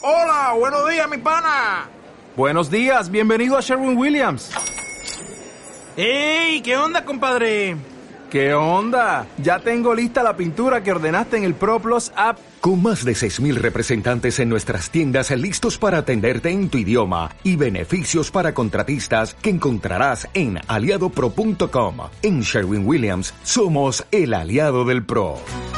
Hola, buenos días, mi pana. Buenos días, bienvenido a Sherwin-Williams. ¡Ey! ¿Qué onda, compadre? ¿Qué onda? Ya tengo lista la pintura que ordenaste en el ProPlus app. Con más de 6,000 representantes en nuestras tiendas listos para atenderte en tu idioma y beneficios para contratistas que encontrarás en aliadopro.com. En Sherwin-Williams somos el aliado del pro.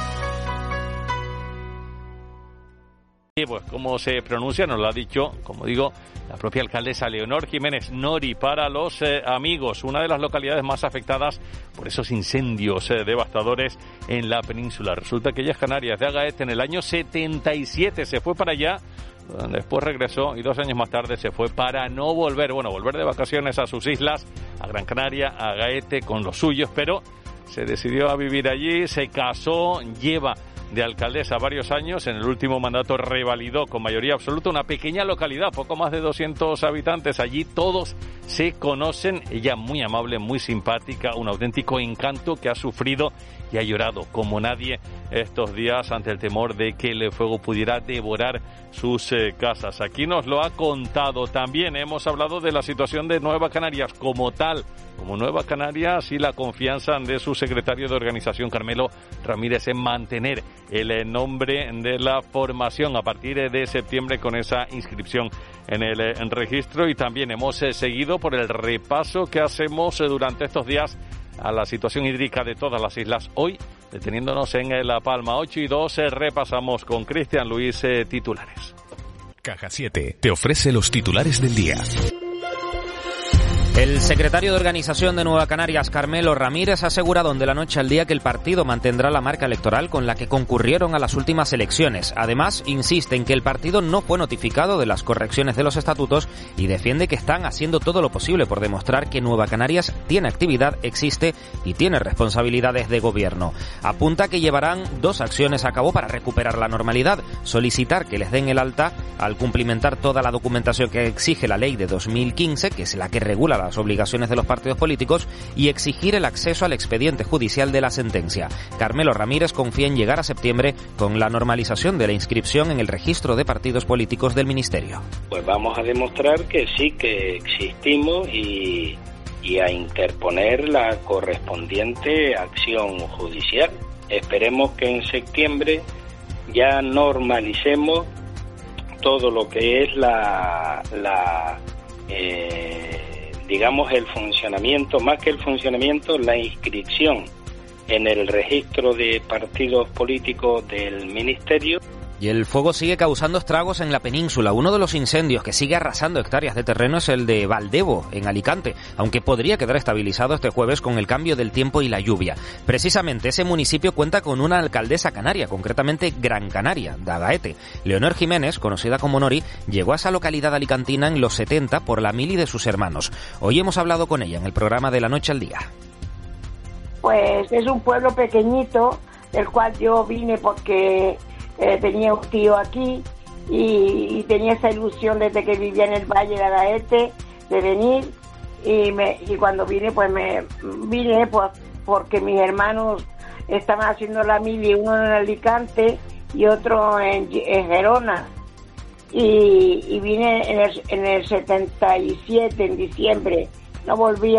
Y pues cómo se pronuncia, nos lo ha dicho, como digo, la propia alcaldesa Leonor Jiménez. Nori para los amigos, una de las localidades más afectadas por esos incendios devastadores en la península. Resulta que ella es canaria, de Agaete, en el año 77 se fue para allá, después regresó y 2 años más tarde se fue para no volver, volver de vacaciones a sus islas, a Gran Canaria, a Agaete con los suyos, pero se decidió a vivir allí, se casó, lleva de alcaldesa varios años, en el último mandato revalidó con mayoría absoluta una pequeña localidad, poco más de 200 habitantes, allí todos se conocen, ella muy amable, muy simpática, un auténtico encanto que ha sufrido y ha llorado como nadie estos días ante el temor de que el fuego pudiera devorar sus casas. Aquí nos lo ha contado. También hemos hablado de la situación de Nueva Canarias como tal, como Nueva Canarias, y la confianza de su secretario de organización, Carmelo Ramírez, en mantener el nombre de la formación a partir de septiembre con esa inscripción en el registro. Y también hemos seguido por el repaso que hacemos durante estos días a la situación hídrica de todas las islas. Hoy, deteniéndonos en La Palma, 8:02, repasamos con Cristian Luis titulares. Caja 7 te ofrece los titulares del día. El secretario de Organización de Nueva Canarias, Carmelo Ramírez, ha asegurado de la noche al día que el partido mantendrá la marca electoral con la que concurrieron a las últimas elecciones. Además, insiste en que el partido no fue notificado de las correcciones de los estatutos y defiende que están haciendo todo lo posible por demostrar que Nueva Canarias tiene actividad, existe y tiene responsabilidades de gobierno. Apunta que llevarán 2 acciones a cabo para recuperar la normalidad: solicitar que les den el alta al cumplimentar toda la documentación que exige la ley de 2015, que es la que regula las obligaciones de los partidos políticos, y exigir el acceso al expediente judicial de la sentencia. Carmelo Ramírez confía en llegar a septiembre con la normalización de la inscripción en el registro de partidos políticos del Ministerio. Pues vamos a demostrar que sí, que existimos y a interponer la correspondiente acción judicial. Esperemos que en septiembre ya normalicemos todo lo que es digamos el funcionamiento, más que el funcionamiento, la inscripción en el registro de partidos políticos del Ministerio. Y el fuego sigue causando estragos en la península. Uno de los incendios que sigue arrasando hectáreas de terreno es el de Valdevo, en Alicante, aunque podría quedar estabilizado este jueves con el cambio del tiempo y la lluvia. Precisamente ese municipio cuenta con una alcaldesa canaria, concretamente Gran Canaria, de Agaete. Leonor Jiménez, conocida como Nori, llegó a esa localidad alicantina en los 70 por la mili de sus hermanos. Hoy hemos hablado con ella en el programa de La Noche al Día. Pues es un pueblo pequeñito, del cual yo vine porque tenía un tío aquí y tenía esa ilusión desde que vivía en el Valle de Agaete de venir, y cuando vine pues porque mis hermanos estaban haciendo la mili, uno en Alicante y otro en Gerona, y vine en el 77, en diciembre. No volví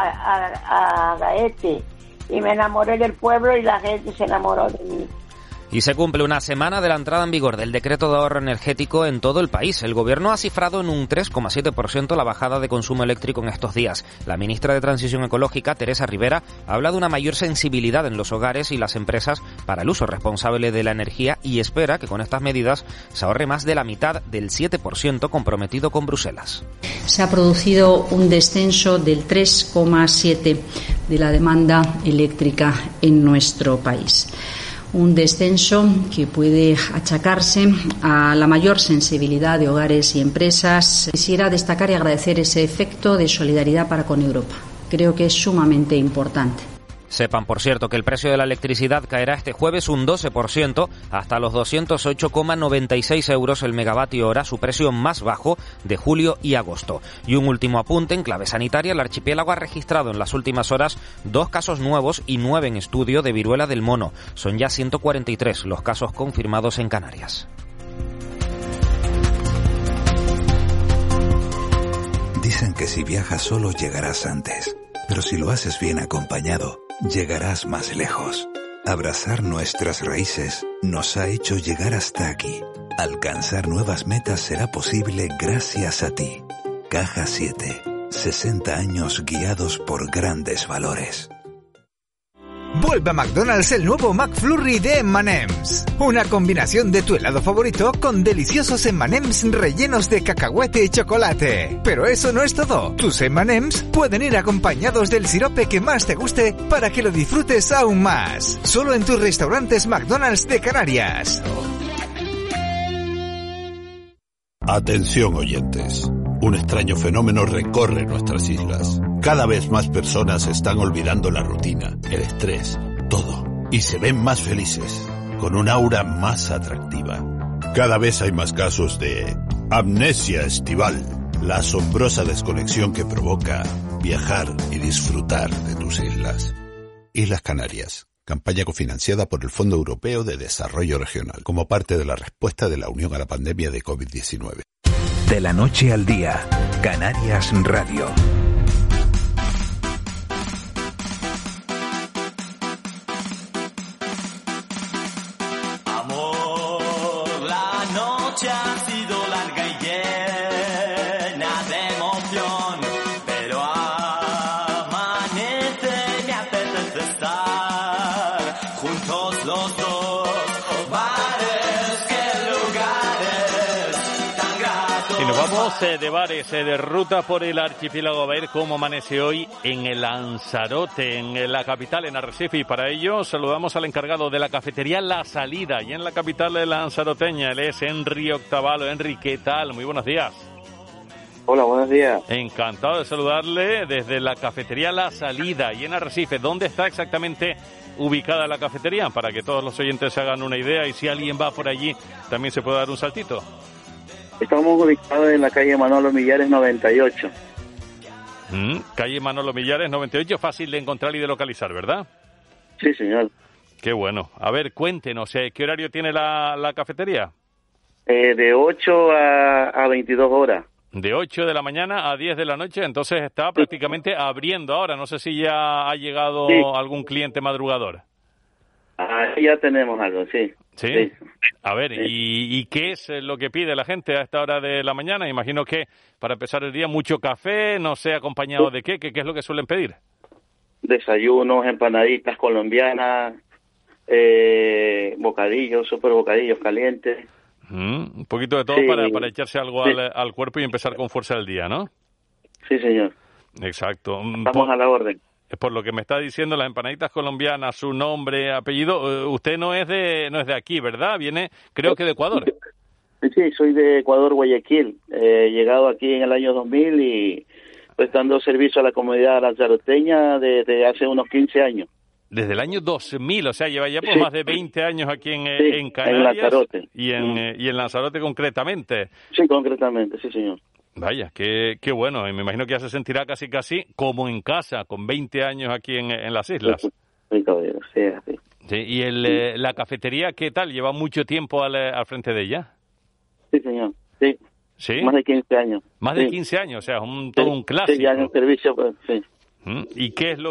a Agaete y me enamoré del pueblo y la gente se enamoró de mí. Y se cumple una semana de la entrada en vigor del decreto de ahorro energético en todo el país. El gobierno ha cifrado en un 3,7% la bajada de consumo eléctrico en estos días. La ministra de Transición Ecológica, Teresa Rivera, habla de una mayor sensibilidad en los hogares y las empresas para el uso responsable de la energía y espera que con estas medidas se ahorre más de la mitad del 7% comprometido con Bruselas. Se ha producido un descenso del 3,7% de la demanda eléctrica en nuestro país. Un descenso que puede achacarse a la mayor sensibilidad de hogares y empresas. Quisiera destacar y agradecer ese efecto de solidaridad para con Europa. Creo que es sumamente importante. Sepan, por cierto, que el precio de la electricidad caerá este jueves un 12% hasta los 208,96 euros el megavatio hora, su precio más bajo de julio y agosto. Y un último apunte, en clave sanitaria, el archipiélago ha registrado en las últimas horas 2 casos nuevos y 9 en estudio de viruela del mono. Son ya 143 los casos confirmados en Canarias. Dicen que si viajas solo llegarás antes, pero si lo haces bien acompañado, llegarás más lejos. Abrazar nuestras raíces nos ha hecho llegar hasta aquí. Alcanzar nuevas metas será posible gracias a ti. Caja 7. 60 años guiados por grandes valores. Vuelve a McDonald's el nuevo McFlurry de M&M's. Una combinación de tu helado favorito con deliciosos M&M's rellenos de cacahuete y chocolate. Pero eso no es todo. Tus M&M's pueden ir acompañados del sirope que más te guste para que lo disfrutes aún más. Solo en tus restaurantes McDonald's de Canarias. Atención, oyentes. Un extraño fenómeno recorre nuestras islas. Cada vez más personas están olvidando la rutina, el estrés, todo. Y se ven más felices, con un aura más atractiva. Cada vez hay más casos de amnesia estival, la asombrosa desconexión que provoca viajar y disfrutar de tus islas. Islas Canarias. Campaña cofinanciada por el Fondo Europeo de Desarrollo Regional, como parte de la respuesta de la Unión a la pandemia de COVID-19. De la noche al día, Canarias Radio. Amor, la noche ha sido larga y llena de emoción, pero amanece y me apetece estar juntos los dos. Vamos de bares, de ruta por el archipiélago, a ver cómo amanece hoy en el Lanzarote, en la capital, en Arrecife. Y para ello saludamos al encargado de la cafetería La Salida, y en la capital lanzaroteña. Él es Henry Octavalo. Henry, ¿qué tal? Muy buenos días. Hola, buenos días. Encantado de saludarle desde la cafetería La Salida, y en Arrecife. ¿Dónde está exactamente ubicada la cafetería? Para que todos los oyentes se hagan una idea, y si alguien va por allí, también se puede dar un saltito. Estamos ubicados en la calle Manolo Millares 98. Calle Manolo Millares 98, fácil de encontrar y de localizar, ¿verdad? Sí, señor. Qué bueno. A ver, cuéntenos, ¿qué horario tiene la cafetería? De 8 a 22 horas. De 8 de la mañana a 10 de la noche, entonces está prácticamente abriendo ahora. No sé si ya ha llegado algún cliente madrugador. Ya tenemos algo, sí. ¿Sí? A ver, ¿y qué es lo que pide la gente a esta hora de la mañana? Imagino que para empezar el día mucho café, no sé, acompañado de qué es lo que suelen pedir. Desayunos, empanaditas colombianas, bocadillos, super bocadillos calientes. Un poquito de todo para echarse algo al cuerpo y empezar con fuerza el día, ¿no? Sí, señor. Exacto. Estamos a la orden. Por lo que me está diciendo, las empanaditas colombianas, su nombre, apellido, usted no es de aquí, ¿verdad? Viene, creo que de Ecuador. Sí, soy de Ecuador, Guayaquil. Llegado aquí en el año 2000 y prestando servicio a la comunidad lanzaroteña desde hace unos 15 años. Desde el año 2000, o sea, lleva ya por más de 20 años aquí en Canarias. En Lanzarote. Y en Lanzarote concretamente. Sí, concretamente, sí, señor. Vaya, qué bueno, y me imagino que ya se sentirá casi como en casa, con 20 años aquí en las islas. Sí, caballero, sí, así. Sí, y la cafetería, ¿qué tal? ¿Lleva mucho tiempo al frente de ella? Sí, señor, sí. ¿Sí? Más de 15 años. Más de 15 años, o sea, todo un clásico. Sí, ya en el servicio, pues, sí. ¿Y qué es lo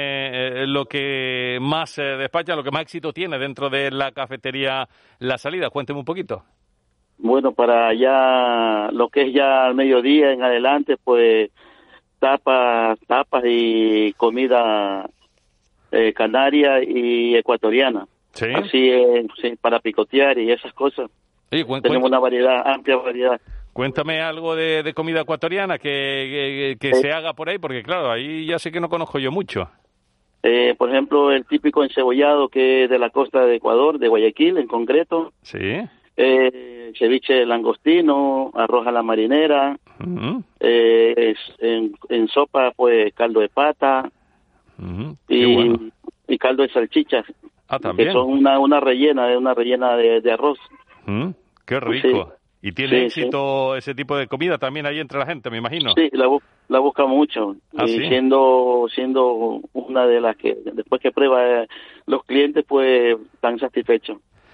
que más despacha, lo que más éxito tiene dentro de la cafetería La Salida? Cuénteme un poquito. Bueno, para ya lo que es ya al mediodía en adelante, pues tapas y comida canaria y ecuatoriana. ¿Sí? Así sí, para picotear y esas cosas. Sí, tenemos una amplia variedad. Cuéntame algo de comida ecuatoriana que se haga por ahí, porque claro, ahí ya sé que no conozco yo mucho. Por ejemplo, el típico encebollado que es de la costa de Ecuador, de Guayaquil en concreto. Sí. Ceviche langostino, arroz a la marinera, en sopa pues caldo de pata y caldo de salchichas, también. Que son una rellena de arroz. Qué rico. Sí. ¿Y tiene éxito ese tipo de comida también ahí entre la gente, me imagino? Sí, la busca mucho, y ¿sí? siendo una de las que después que prueba los clientes pues están satisfechos.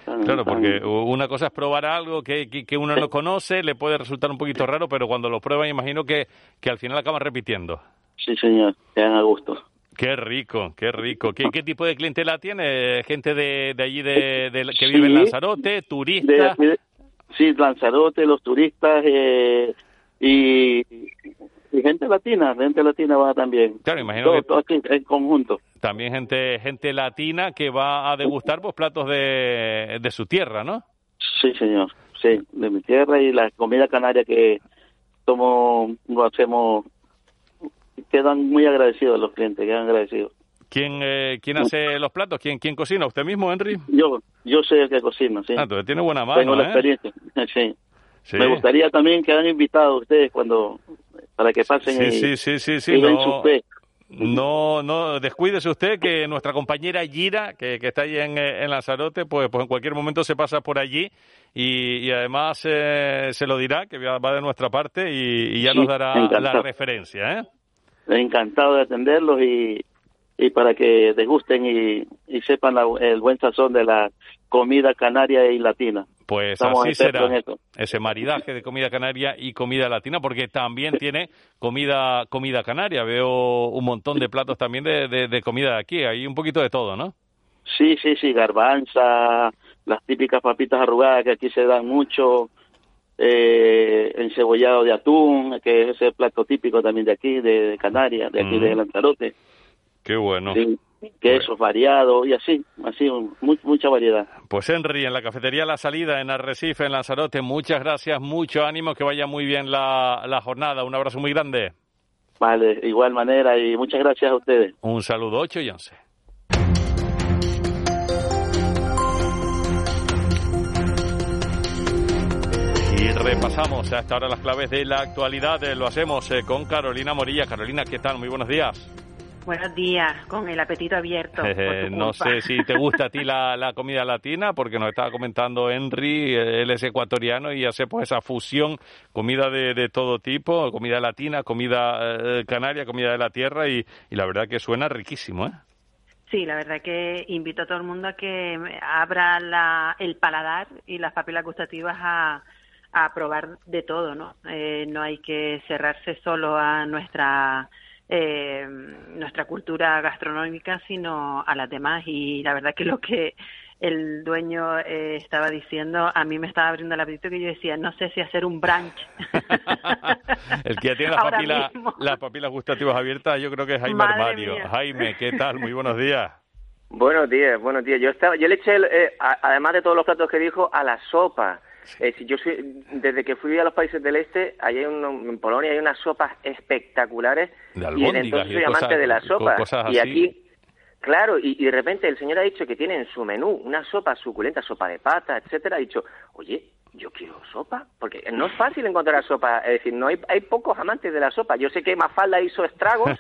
Claro, porque una cosa es probar algo que uno no conoce, le puede resultar un poquito raro, pero cuando lo prueban imagino que al final acaban repitiendo. Sí, señor, quedan a gusto. Qué rico, qué rico. ¿Qué tipo de clientela tiene? ¿Gente de allí que vive en Lanzarote? ¿Turistas? Sí, Lanzarote, los turistas y gente latina va también. Claro, imagino todo aquí en conjunto. También gente latina que va a degustar pues platos de su tierra, ¿no? Sí, señor, sí, de mi tierra, y la comida canaria que lo hacemos. Quedan muy agradecidos los clientes, quedan agradecidos. ¿Quién hace los platos? ¿Quién cocina? ¿Usted mismo, Henry? Yo soy el que cocina, sí. Entonces tiene buena mano, tengo la experiencia, sí. Me gustaría también que hayan invitado a ustedes para que pasen y den su fe. No descuídese usted que nuestra compañera Gira, que está allí en Lanzarote, pues en cualquier momento se pasa por allí y además se lo dirá, que va de nuestra parte y ya nos dará la referencia, ¿eh? Encantado de atenderlos y para que degusten y sepan el buen sazón de la comida canaria y latina. Pues Estamos así será, ese maridaje de comida canaria y comida latina, porque también tiene comida canaria. Veo un montón de platos también de comida de aquí, hay un poquito de todo, ¿no? Sí, garbanza, las típicas papitas arrugadas que aquí se dan mucho, encebollado de atún, que es ese plato típico también de aquí, de Canarias, de aquí de Lanzarote. Qué bueno. Sí, quesos variados y así mucha variedad. Pues Henry, en la cafetería La Salida, en Arrecife, en Lanzarote, muchas gracias, mucho ánimo, que vaya muy bien la jornada. Un abrazo muy grande. Vale, igual manera, y muchas gracias a ustedes. Un saludo, 8 y 11. Y repasamos hasta ahora las claves de la actualidad. Lo hacemos con Carolina Morilla. Carolina, ¿qué tal? Muy buenos días. Buenos días, con el apetito abierto. No sé si te gusta a ti la comida latina, porque nos estaba comentando Henry, él es ecuatoriano y hace pues esa fusión, comida de todo tipo, comida latina, comida canaria, comida de la tierra y la verdad que suena riquísimo, ¿eh? Sí, la verdad que invito a todo el mundo a que abra el paladar y las papilas gustativas a probar de todo, ¿no? No hay que cerrarse solo a nuestra cultura gastronómica, sino a las demás, y la verdad que lo que el dueño estaba diciendo a mí me estaba abriendo el apetito, que yo decía, no sé si hacer un brunch. El que ya tiene las papilas gustativas abiertas yo creo que es Jaime Armario. Jaime, ¿qué tal? Muy buenos días. Buenos días. Yo le eché, además de todos los platos que dijo, a la sopa. Desde que fui a los países del este, en Polonia hay unas sopas espectaculares, y entonces soy amante de la sopa. Y aquí, claro, y de repente el señor ha dicho que tiene en su menú una sopa suculenta, sopa de pata, etcétera. Ha dicho, oye, yo quiero sopa, porque no es fácil encontrar sopa, es decir, no hay pocos amantes de la sopa. Yo sé que Mafalda hizo estragos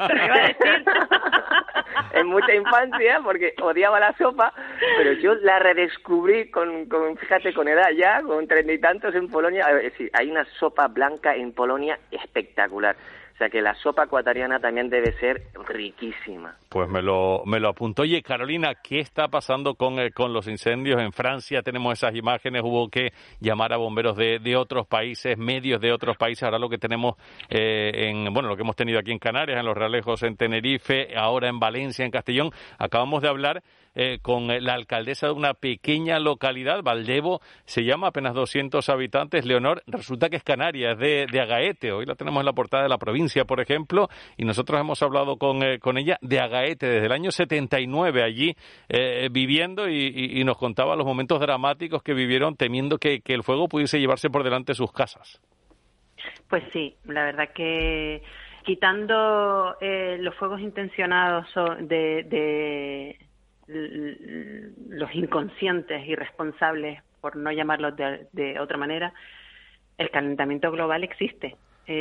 en mucha infancia porque odiaba la sopa, pero yo la redescubrí fíjate, con edad ya, con 30 y tantos en Polonia. Es decir, hay una sopa blanca en Polonia espectacular. O sea que la sopa ecuatoriana también debe ser riquísima. Pues me lo apuntó. Oye, Carolina, ¿qué está pasando con los incendios en Francia? Tenemos esas imágenes, hubo que llamar a bomberos de otros países, medios de otros países. Ahora lo que tenemos lo que hemos tenido aquí en Canarias, en Los Realejos, en Tenerife, ahora en Valencia, en Castellón. Acabamos de hablar con la alcaldesa de una pequeña localidad, Valdevo, se llama, apenas 200 habitantes, Leonor, resulta que es canaria, es de Agaete, hoy la tenemos en la portada de La Provincia, por ejemplo, y nosotros hemos hablado con ella de Agaete, desde el año 79 allí viviendo, y nos contaba los momentos dramáticos que vivieron temiendo que el fuego pudiese llevarse por delante sus casas. Pues sí, la verdad que quitando los fuegos intencionados de los inconscientes, irresponsables, por no llamarlos de otra manera, el calentamiento global existe.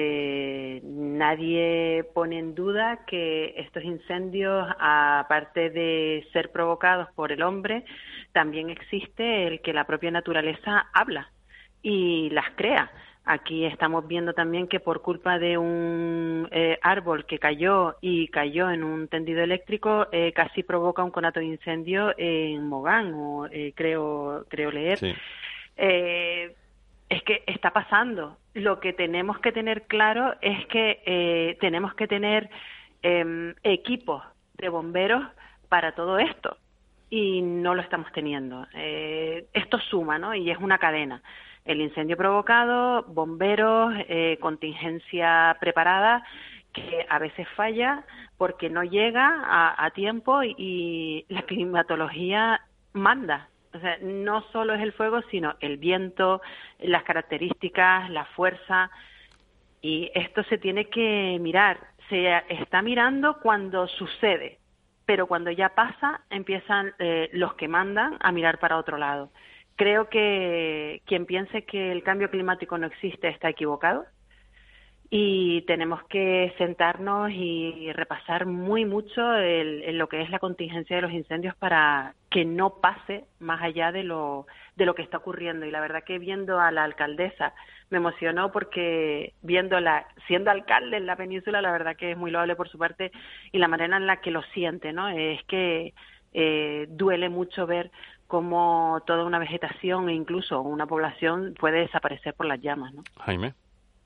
Nadie pone en duda que estos incendios, aparte de ser provocados por el hombre, también existe el que la propia naturaleza habla y las crea. Aquí estamos viendo también que por culpa de un árbol que cayó en un tendido eléctrico, casi provoca un conato de incendio en Mogán, creo leer. Sí. Es que está pasando. Lo que tenemos que tener claro es que tenemos que tener equipos de bomberos para todo esto, y no lo estamos teniendo. Esto suma, ¿no? Y es una cadena. El incendio provocado, bomberos, contingencia preparada, que a veces falla porque no llega a tiempo y la climatología manda. O sea, no solo es el fuego, sino el viento, las características, la fuerza, y esto se tiene que mirar. Se está mirando cuando sucede, pero cuando ya pasa, empiezan los que mandan a mirar para otro lado. Creo que quien piense que el cambio climático no existe está equivocado, y tenemos que sentarnos y repasar muy mucho lo que es la contingencia de los incendios para que no pase más allá de lo que está ocurriendo. Y la verdad que viendo a la alcaldesa me emocionó, porque viéndola siendo alcalde en la península, la verdad que es muy loable por su parte, y la manera en la que lo siente, ¿no? Es que duele mucho ver cómo toda una vegetación e incluso una población puede desaparecer por las llamas, ¿no? Jaime.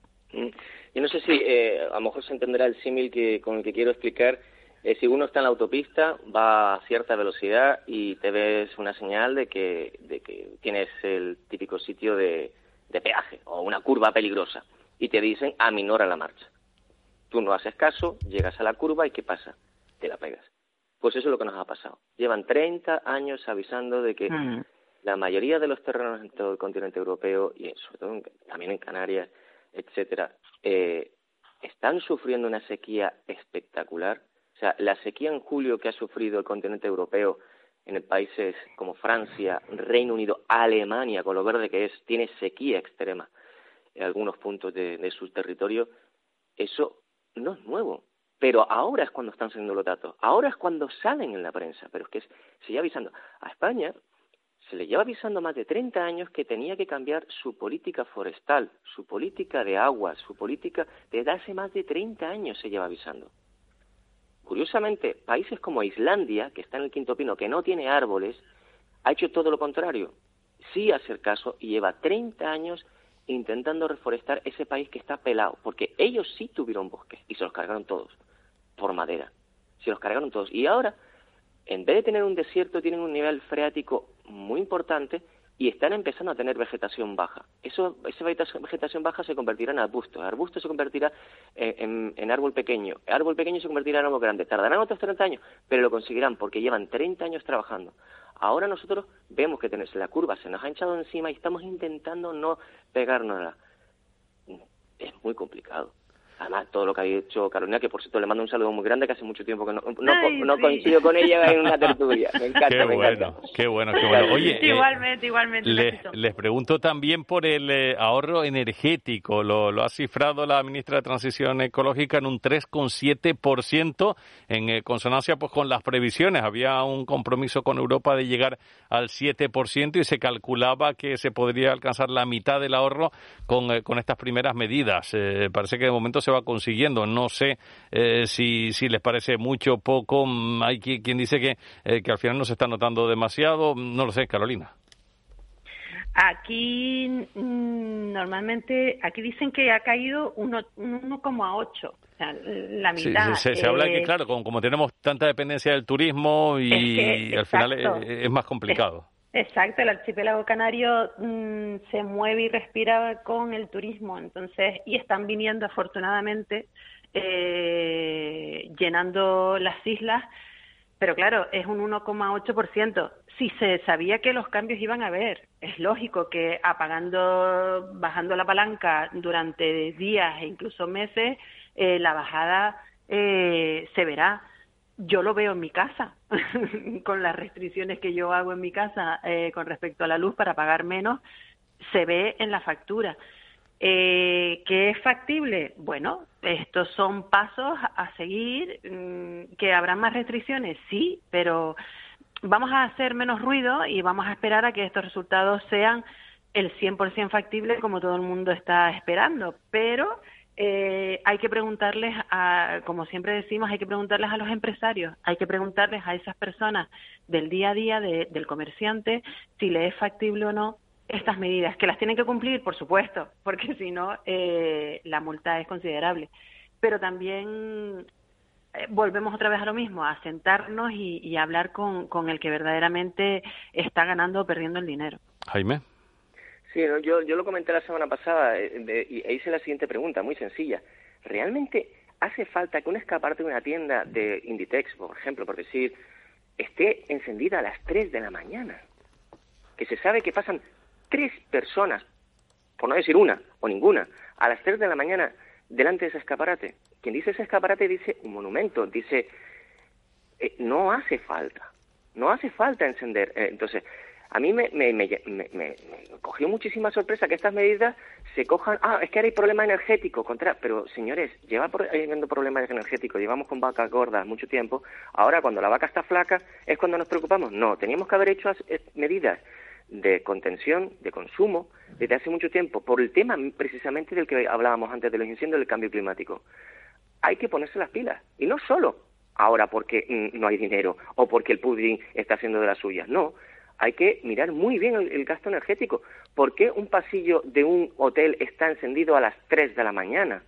Yo no sé si a lo mejor se entenderá el símil con el que quiero explicar. Si uno está en la autopista, va a cierta velocidad y te ves una señal de que tienes el típico sitio de peaje o una curva peligrosa, y te dicen aminora la marcha. Tú no haces caso, llegas a la curva y ¿qué pasa? Te la pegas. Pues eso es lo que nos ha pasado. Llevan 30 años avisando de que la mayoría de los terrenos en todo el continente europeo, y sobre todo también en Canarias, etcétera, están sufriendo una sequía espectacular. O sea, la sequía en julio que ha sufrido el continente europeo en países como Francia, Reino Unido, Alemania, con lo verde que es, tiene sequía extrema en algunos puntos de su territorio. Eso no es nuevo, pero ahora es cuando están saliendo los datos, ahora es cuando salen en la prensa, pero es que se lleva avisando. A España se le lleva avisando más de 30 años que tenía que cambiar su política forestal, su política de agua, su política desde hace más de 30 años se lleva avisando. Curiosamente, países como Islandia, que está en el quinto pino, que no tiene árboles, ha hecho todo lo contrario. Sí hacer caso, y lleva 30 años intentando reforestar ese país que está pelado, porque ellos sí tuvieron bosques y se los cargaron todos, por madera. Se los cargaron todos. Y ahora, en vez de tener un desierto, tienen un nivel freático muy importante y están empezando a tener vegetación baja. Esa vegetación baja se convertirá en arbusto. El arbusto se convertirá en árbol pequeño. El árbol pequeño se convertirá en árbol grande. Tardarán otros 30 años, pero lo conseguirán porque llevan 30 años trabajando. Ahora nosotros vemos que la curva se nos ha hinchado encima y estamos intentando no pegárnosla. Es muy complicado. Además, todo lo que ha hecho Carolina, que por cierto le mando un saludo muy grande, que hace mucho tiempo que no coincido con ella en una tertulia. Me encanta, me encanta. Qué bueno. Oye, igualmente. Les pregunto también por el ahorro energético. Lo ha cifrado la ministra de Transición Ecológica en un 3,7%, en consonancia pues con las previsiones. Había un compromiso con Europa de llegar al 7% y se calculaba que se podría alcanzar la mitad del ahorro con estas primeras medidas. Parece que de momento se va consiguiendo. No sé si les parece mucho o poco. Hay quien dice que al final no se está notando demasiado. No lo sé, Carolina. Aquí normalmente, aquí dicen que ha caído un 1,8, o sea, la mitad. Sí, se habla de que, claro, como tenemos tanta dependencia del turismo y al final es más complicado. Exacto, el archipiélago canario se mueve y respira con el turismo, entonces, y están viniendo afortunadamente llenando las islas, pero claro, es un 1,8%. Si se sabía que los cambios iban a haber, es lógico que bajando la palanca durante días e incluso meses, la bajada se verá. Yo lo veo en mi casa, con las restricciones que yo hago en mi casa con respecto a la luz para pagar menos, se ve en la factura. ¿Qué es factible? Bueno, estos son pasos a seguir. ¿Que habrá más restricciones? Sí, pero vamos a hacer menos ruido y vamos a esperar a que estos resultados sean el 100% factible como todo el mundo está esperando, pero hay que preguntarles, como siempre decimos, hay que preguntarles a los empresarios, hay que preguntarles a esas personas del día a día del comerciante si le es factible o no estas medidas, que las tienen que cumplir, por supuesto, porque si no la multa es considerable. Pero también volvemos otra vez a lo mismo, a sentarnos y hablar con el que verdaderamente está ganando o perdiendo el dinero. Jaime. Sí, no, yo lo comenté la semana pasada y hice la siguiente pregunta, muy sencilla. ¿Realmente hace falta que un escaparate de una tienda de Inditex, por ejemplo, por decir, esté encendida a las 3 de la mañana? Que se sabe que pasan 3 personas, por no decir una o ninguna, a las 3 de la mañana delante de ese escaparate. Quien dice ese escaparate dice un monumento, dice no hace falta encender. Entonces, a mí me cogió muchísima sorpresa que estas medidas se cojan. Es que ahora hay problema energético. Pero, señores, lleva habiendo problemas energéticos. Llevamos con vacas gordas mucho tiempo. Ahora, cuando la vaca está flaca, ¿es cuando nos preocupamos? No, teníamos que haber hecho medidas de contención, de consumo, desde hace mucho tiempo, por el tema precisamente del que hablábamos antes de los incendios del cambio climático. Hay que ponerse las pilas. Y no solo ahora porque no hay dinero o porque el Putin está haciendo de las suyas. No. Hay que mirar muy bien el gasto energético. ¿Por qué un pasillo de un hotel está encendido a las 3 de la mañana?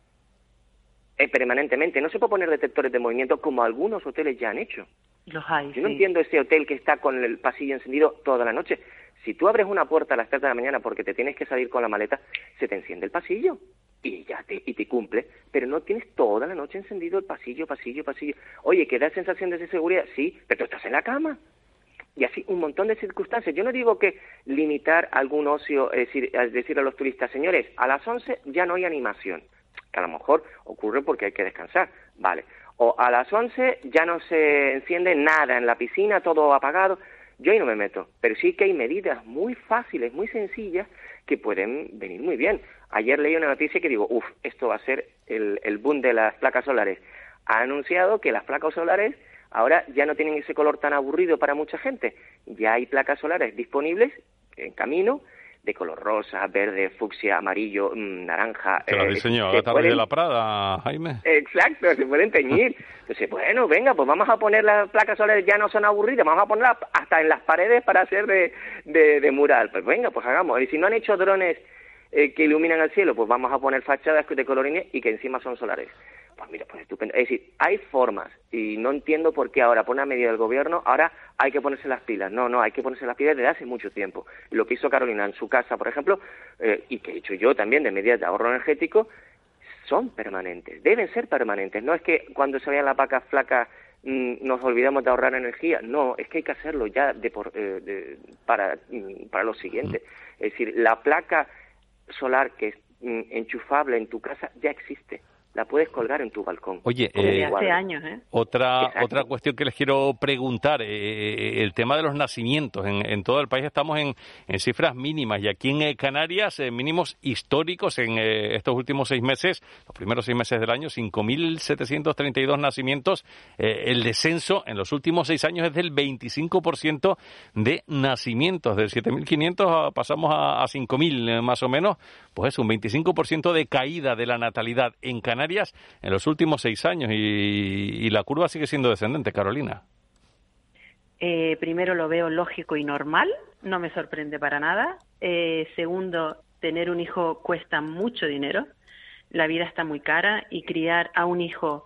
Permanentemente. No se puede poner detectores de movimiento como algunos hoteles ya han hecho. Los hay, Yo no entiendo ese hotel que está con el pasillo encendido toda la noche. Si tú abres una puerta a las 3 de la mañana porque te tienes que salir con la maleta, se te enciende el pasillo y te cumple, pero no tienes toda la noche encendido el pasillo. Oye, ¿que da sensación de seguridad? Sí, pero tú estás en la cama. Y así un montón de circunstancias. Yo no digo que limitar algún ocio, es decir a los turistas, señores, a las 11 ya no hay animación, que a lo mejor ocurre porque hay que descansar, vale. O a las 11 ya no se enciende nada en la piscina, todo apagado. Yo ahí no me meto, pero sí que hay medidas muy fáciles, muy sencillas, que pueden venir muy bien. Ayer leí una noticia que digo, esto va a ser el boom de las placas solares. Ha anunciado que las placas solares ahora ya no tienen ese color tan aburrido para mucha gente. Ya hay placas solares disponibles en camino de color rosa, verde, fucsia, amarillo, naranja. Que las diseñó Agatha Ruiz de la Prada, Jaime. Exacto, se pueden teñir. Entonces, bueno, venga, pues vamos a poner las placas solares, ya no son aburridas, vamos a ponerlas hasta en las paredes para hacer de mural. Pues venga, pues hagamos. Y si no han hecho drones que iluminan el cielo, pues vamos a poner fachadas de colorines y que encima son solares. Pues mira, pues estupendo. Es decir, hay formas y no entiendo por qué ahora, por una medida del gobierno, ahora hay que ponerse las pilas. No, hay que ponerse las pilas desde hace mucho tiempo. Lo que hizo Carolina en su casa, por ejemplo, y que he hecho yo también de medidas de ahorro energético, son permanentes, deben ser permanentes. No es que cuando se vean las vacas flacas nos olvidamos de ahorrar energía. No, es que hay que hacerlo ya para lo siguiente. Es decir, la placa solar que es enchufable en tu casa ya existe. La puedes colgar en tu balcón. Oye, hace años, otra cuestión que les quiero preguntar, el tema de los nacimientos. En todo el país estamos en cifras mínimas y aquí en Canarias mínimos históricos en estos últimos 6 meses, los primeros 6 meses del año, 5.732 nacimientos. El descenso en los últimos 6 años es del 25% de nacimientos. Del 7.500 pasamos a 5.000 más o menos. Pues es un 25% de caída de la natalidad en Canarias en los últimos 6 años y la curva sigue siendo descendente, Carolina. Primero lo veo lógico y normal, no me sorprende para nada. Segundo, tener un hijo cuesta mucho dinero, la vida está muy cara y criar a un hijo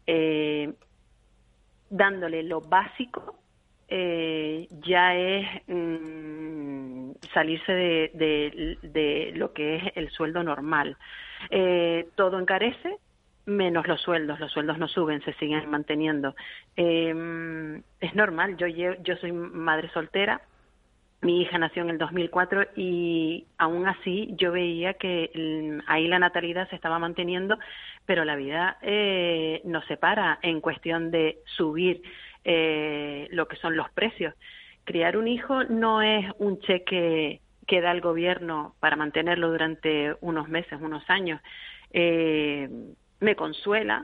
dándole lo básico ya es salirse de lo que es el sueldo normal. Todo encarece, menos los sueldos no suben, se siguen manteniendo. Es normal, yo soy madre soltera, mi hija nació en el 2004 y aún así yo veía que ahí la natalidad se estaba manteniendo, pero la vida no se para en cuestión de subir lo que son los precios. Criar un hijo no es un cheque que da el gobierno para mantenerlo durante unos meses, unos años. Me consuela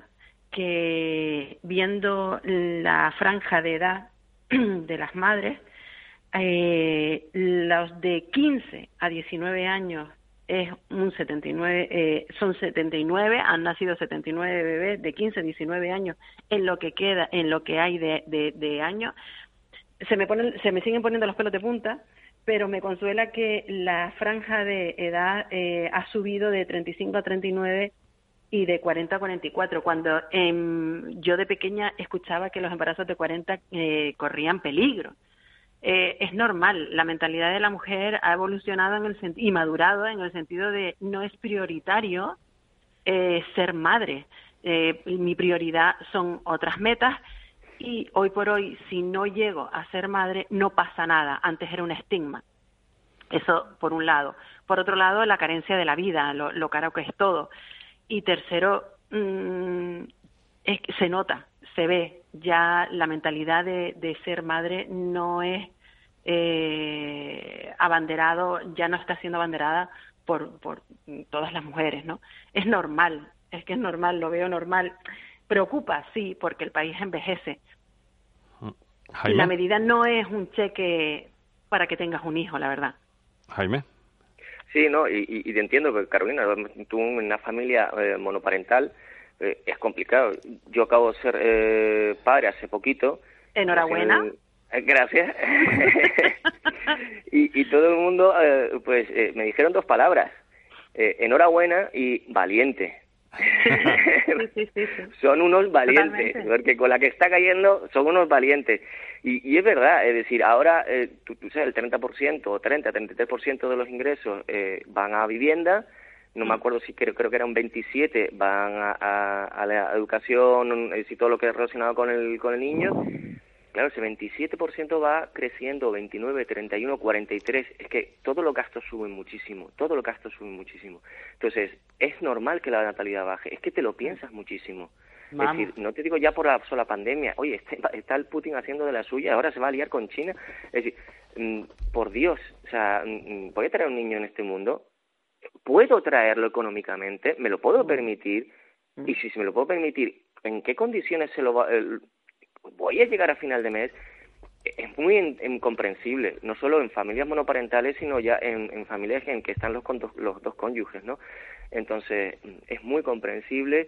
que viendo la franja de edad de las madres, Los de 15 a 19 años es un 79, son 79, han nacido 79 bebés de 15 a 19 años en lo que queda, en lo que hay de años. Se me siguen poniendo los pelos de punta, pero me consuela que la franja de edad ha subido de 35 a 39 y de 40 a 44, cuando yo de pequeña escuchaba que los embarazos de 40 corrían peligro. Es normal, la mentalidad de la mujer ha evolucionado y madurado en el sentido de no es prioritario ser madre. Mi prioridad son otras metas y hoy por hoy, si no llego a ser madre, no pasa nada. Antes era un estigma. Eso por un lado. Por otro lado, la carencia de la vida, lo caro que es todo. Y tercero, es que se nota, se ve, ya la mentalidad de ser madre no es abanderado, ya no está siendo abanderada por todas las mujeres, ¿no? Es normal, es que es normal, lo veo normal. Preocupa, sí, porque el país envejece. Jaime. Y la medida no es un cheque para que tengas un hijo, la verdad. Jaime. Sí, no, y te entiendo, porque Carolina, tú en una familia monoparental es complicado. Yo acabo de ser padre hace poquito. Enhorabuena. Gracias. y todo el mundo, me dijeron dos palabras, enhorabuena y valiente. Sí. Son unos valientes. Totalmente. Porque con la que está cayendo son unos valientes. Y es verdad, es decir, ahora tú sabes, el 30% o 33% de los ingresos van a vivienda. No me acuerdo si creo que era un 27, van a la educación, y todo lo que es relacionado con el niño. Claro, ese 27% va creciendo, 29, 31, 43. Es que todos los gastos suben muchísimo, Entonces, es normal que la natalidad baje, es que te lo piensas muchísimo. Vamos. Es decir, no te digo ya por la sola pandemia, oye, está el Putin haciendo de la suya, ahora se va a liar con China. Es decir, por Dios, o sea, ¿voy a traer un niño en este mundo? ¿Puedo traerlo económicamente? ¿Me lo puedo permitir? Y si me lo puedo permitir, ¿en qué condiciones se lo va...? Voy a llegar a final de mes. Es muy incomprensible, no solo en familias monoparentales, sino ya en familias en que están los dos cónyuges, ¿no? Entonces, es muy comprensible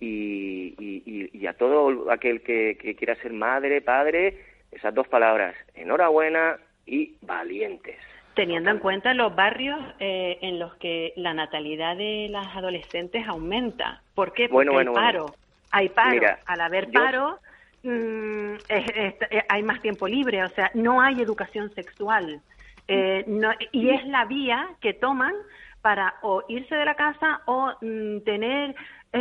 y a todo aquel que quiera ser madre, padre, esas dos palabras, enhorabuena y valientes. Teniendo en cuenta los barrios en los que la natalidad de las adolescentes aumenta. ¿Por qué? Porque hay paro. Mira, al haber paro... hay más tiempo libre, o sea, no hay educación sexual y es la vía que toman para o irse de la casa o tener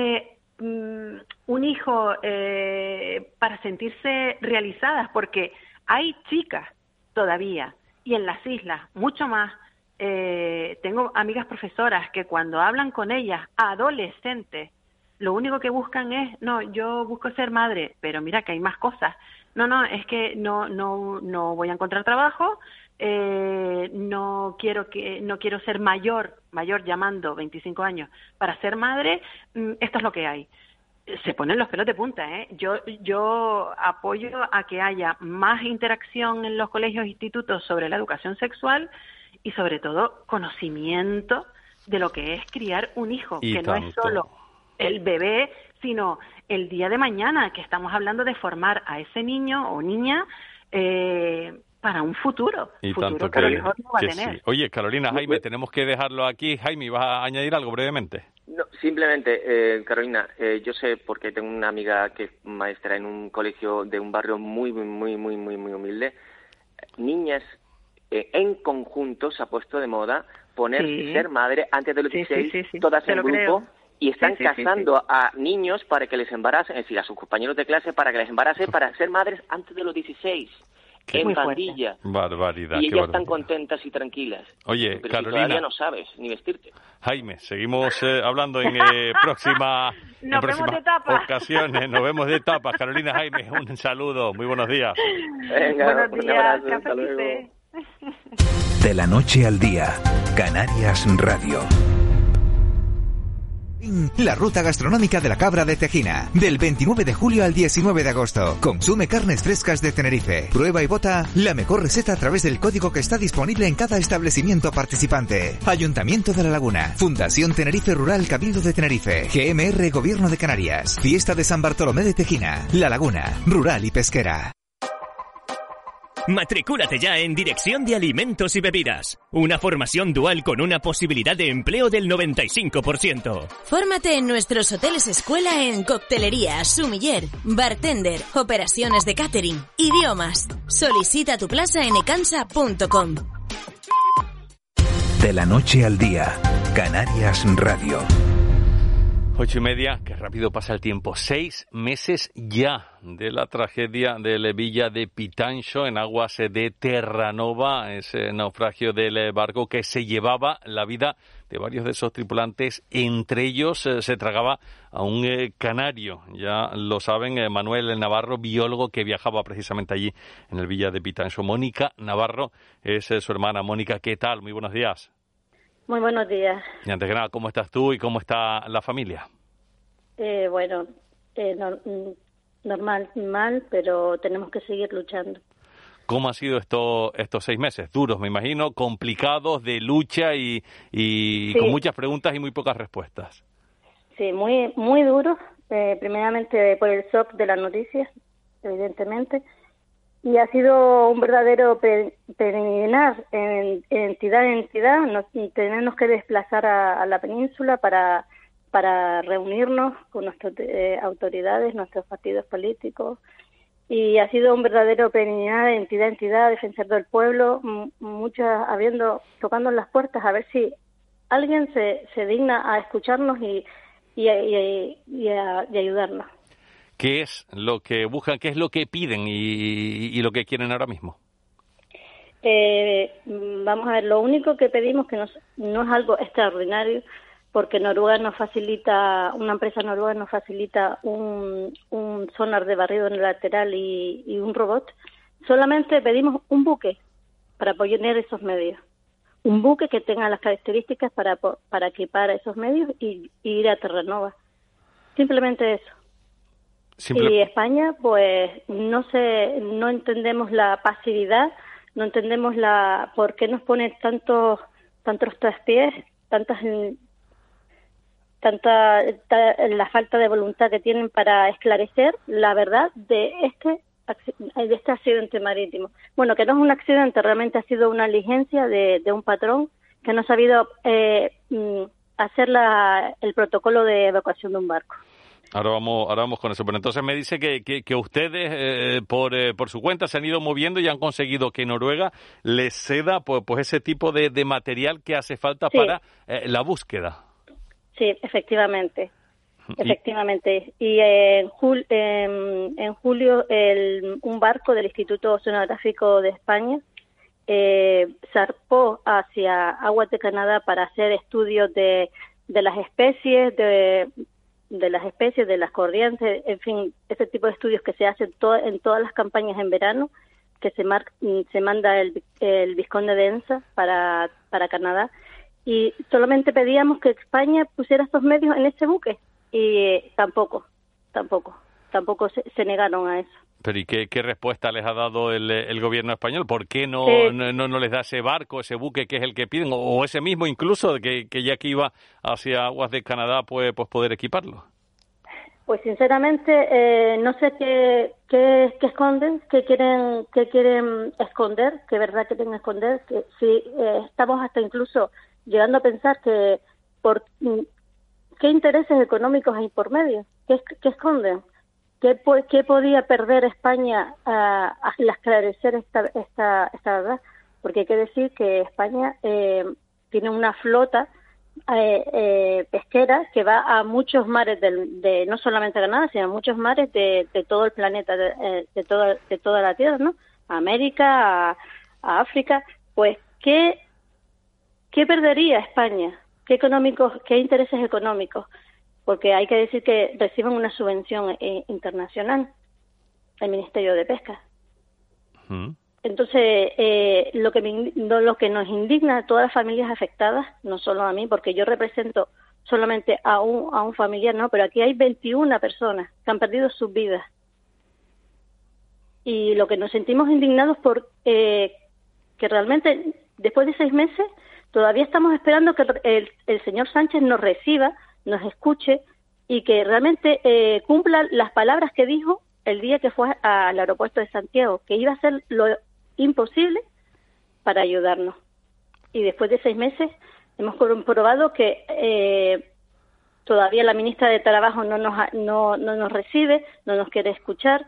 un hijo para sentirse realizadas, porque hay chicas todavía y en las islas mucho más. Tengo amigas profesoras que cuando hablan con ellas, adolescentes, lo único que buscan es, no, yo busco ser madre, pero mira que hay más cosas. No, es que no voy a encontrar trabajo, no quiero ser mayor llamando 25 años para ser madre, esto es lo que hay. Se ponen los pelos de punta, ¿eh? Yo apoyo a que haya más interacción en los colegios e institutos sobre la educación sexual y sobre todo conocimiento de lo que es criar un hijo, que no es solo el bebé, sino el día de mañana, que estamos hablando de formar a ese niño o niña para un futuro. Y futuro tanto que a lo mejor no va a tener. Sí. Oye, Carolina, Jaime, tenemos que dejarlo aquí. Jaime, ¿vas a añadir algo brevemente? No, simplemente, Carolina, yo sé, porque tengo una amiga que es maestra en un colegio de un barrio muy humilde. Niñas, en conjunto se ha puesto de moda poner ser madre antes de los 16, todas en grupo. Creo. Y están casando a niños para que les embaracen, es decir, a sus compañeros de clase para que les embaracen, para ser madres antes de los 16. En pandilla. Barbaridad. Y ellas están contentas y tranquilas. Oye, pero Carolina. Si todavía no sabes ni vestirte. Jaime, seguimos hablando en próximas ocasiones. Nos vemos de tapas. Carolina, Jaime, un saludo. Muy buenos días. Venga, buenos días. Hasta luego. De la noche al día, Canarias Radio. Ven, la ruta gastronómica de la Cabra de Tejina, del 29 de julio al 19 de agosto. Consume carnes frescas de Tenerife. Prueba y vota la mejor receta a través del código que está disponible en cada establecimiento participante. Ayuntamiento de La Laguna, Fundación Tenerife Rural Cabildo de Tenerife, GMR Gobierno de Canarias, Fiesta de San Bartolomé de Tejina, La Laguna, Rural y Pesquera. Matricúlate ya en Dirección de Alimentos y Bebidas. Una formación dual con una posibilidad de empleo del 95%. Fórmate en nuestros hoteles escuela en coctelería, sumiller, bartender, operaciones de catering, idiomas. Solicita tu plaza en ecansa.com. De la noche al día, Canarias Radio. 8:30, que rápido pasa el tiempo. 6 meses ya de la tragedia de la villa de Pitancho en aguas de Terranova, ese naufragio del barco que se llevaba la vida de varios de esos tripulantes. Entre ellos se tragaba a un canario, ya lo saben, Manuel Navarro, biólogo que viajaba precisamente allí en el villa de Pitancho. Mónica Navarro es su hermana. Mónica, ¿qué tal? Muy buenos días. Muy buenos días. Y antes que nada, ¿cómo estás tú y cómo está la familia? Normal, mal, pero tenemos que seguir luchando. ¿Cómo han sido estos 6 meses? Duros, me imagino, complicados, de lucha y sí, con muchas preguntas y muy pocas respuestas. Sí, muy duros, primeramente por el shock de las noticias, evidentemente, y ha sido un verdadero peregrinar en entidad en entidad. Tenemos que desplazar a la península para reunirnos con nuestras autoridades, nuestros partidos políticos, y ha sido un verdadero peregrinar de entidad en entidad, defensor del pueblo, muchas tocando las puertas a ver si alguien se digna a escucharnos y ayudarnos. ¿Qué es lo que buscan, qué es lo que piden y lo que quieren ahora mismo? Vamos a ver, lo único que pedimos que no es algo extraordinario, porque Noruega nos facilita, una empresa noruega nos facilita un sonar de barrido en el lateral y un robot. Solamente pedimos un buque para poner esos medios. Un buque que tenga las características para equipar esos medios y ir a Terranova. Simplemente eso. Y España, pues, no entendemos la pasividad, no entendemos por qué nos pone tantos traspiés, la falta de voluntad que tienen para esclarecer la verdad de este accidente marítimo. Bueno, que no es un accidente, realmente ha sido una negligencia de un patrón que no ha sabido hacer el protocolo de evacuación de un barco. Ahora vamos con eso, pero entonces me dice que ustedes por su cuenta se han ido moviendo y han conseguido que Noruega les ceda pues ese tipo de material que hace falta para la búsqueda. Sí, efectivamente. Y en julio un barco del Instituto Oceanográfico de España zarpó hacia aguas de Canadá para hacer estudios de las especies, de las corrientes, en fin, ese tipo de estudios que se hacen en todas las campañas en verano, que se manda el Vizconde de Ensa para Canadá. Y solamente pedíamos que España pusiera estos medios en ese buque y tampoco se negaron a eso. Pero ¿y qué respuesta les ha dado el gobierno español? ¿Por qué no les da ese barco, ese buque que es el que piden? O ese mismo incluso, que ya que iba hacia aguas de Canadá, pues poder equiparlo. Pues sinceramente no sé qué esconden, qué quieren esconder, qué verdad quieren esconder. Que si estamos hasta incluso llegando a pensar que qué intereses económicos hay por medio, qué esconden. ¿Qué podía perder España al esclarecer esta verdad? Porque hay que decir que España tiene una flota pesquera que va a muchos mares no solamente de Canadá, sino a muchos mares de todo el planeta, de toda la Tierra, ¿no? A América, a África. Pues, ¿qué perdería España? ¿Qué intereses económicos? Porque hay que decir que reciben una subvención internacional, el Ministerio de Pesca. Entonces, lo que nos indigna a todas las familias afectadas, no solo a mí, porque yo represento solamente a un familiar, no, pero aquí hay 21 personas que han perdido sus vidas. Y lo que nos sentimos indignados por que realmente después de 6 meses todavía estamos esperando que el señor Sánchez nos reciba, nos escuche y que realmente cumpla las palabras que dijo el día que fue al aeropuerto de Santiago, que iba a hacer lo imposible para ayudarnos. Y después de 6 meses hemos comprobado que todavía la ministra de Trabajo no nos recibe, no nos quiere escuchar.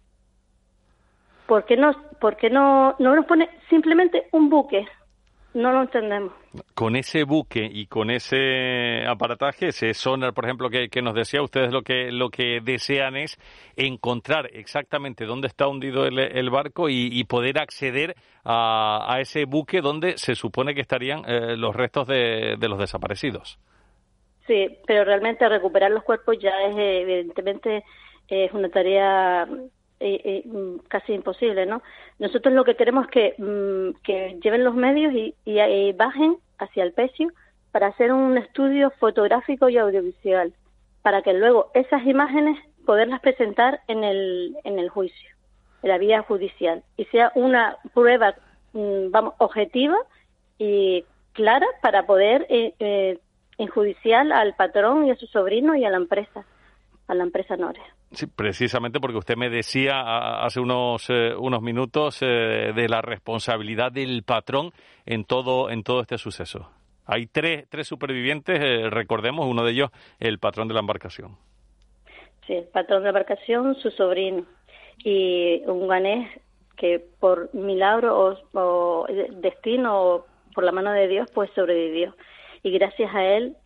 ¿Por qué no nos pone simplemente un buque? No lo entendemos. Con ese buque y con ese aparataje, ese sonar, por ejemplo, que nos decía, ustedes lo que desean es encontrar exactamente dónde está hundido el barco y poder acceder a ese buque donde se supone que estarían los restos de los desaparecidos. Sí, pero realmente recuperar los cuerpos ya es evidentemente es una tarea casi imposible, ¿no? Nosotros lo que queremos es que lleven los medios y bajen hacia el pecio para hacer un estudio fotográfico y audiovisual, para que luego esas imágenes poderlas presentar en el juicio, en la vía judicial, y sea una prueba objetiva y clara para poder enjudiciar al patrón y a su sobrino y a la empresa Nore. Sí, precisamente porque usted me decía hace unos minutos de la responsabilidad del patrón en todo este suceso. Hay tres supervivientes, recordemos, uno de ellos el patrón de la embarcación. Sí, el patrón de la embarcación, su sobrino, y un ganés que por milagro o destino o por la mano de Dios pues sobrevivió. Y gracias a él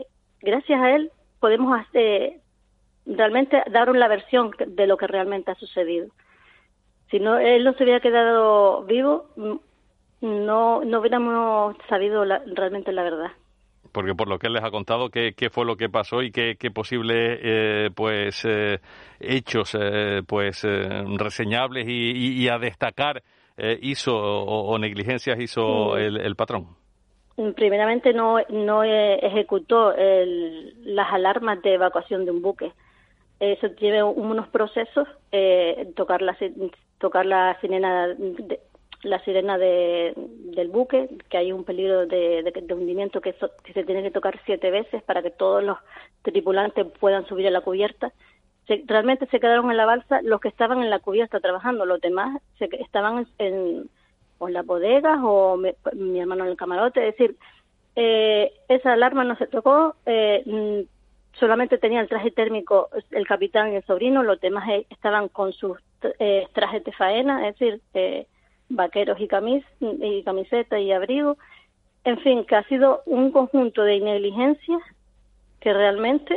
podemos realmente dar una versión de lo que realmente ha sucedido. Si no, él no se hubiera quedado vivo, no hubiéramos sabido realmente la verdad. Porque por lo que él les ha contado, ¿qué fue lo que pasó y qué posibles hechos reseñables y a destacar hizo o negligencias hizo el patrón? Primeramente no ejecutó las alarmas de evacuación de un buque. Eso lleva unos procesos, tocar la sirena del buque, que hay un peligro de hundimiento que se tiene que tocar 7 veces para que todos los tripulantes puedan subir a la cubierta. Realmente se quedaron en la balsa los que estaban en la cubierta trabajando, los demás estaban en las bodegas o mi hermano en el camarote. Es decir, esa alarma no se tocó, solamente tenía el traje térmico el capitán y el sobrino, los demás estaban con sus trajes de faena, es decir, vaqueros y camiseta y abrigo. En fin, que ha sido un conjunto de negligencias que realmente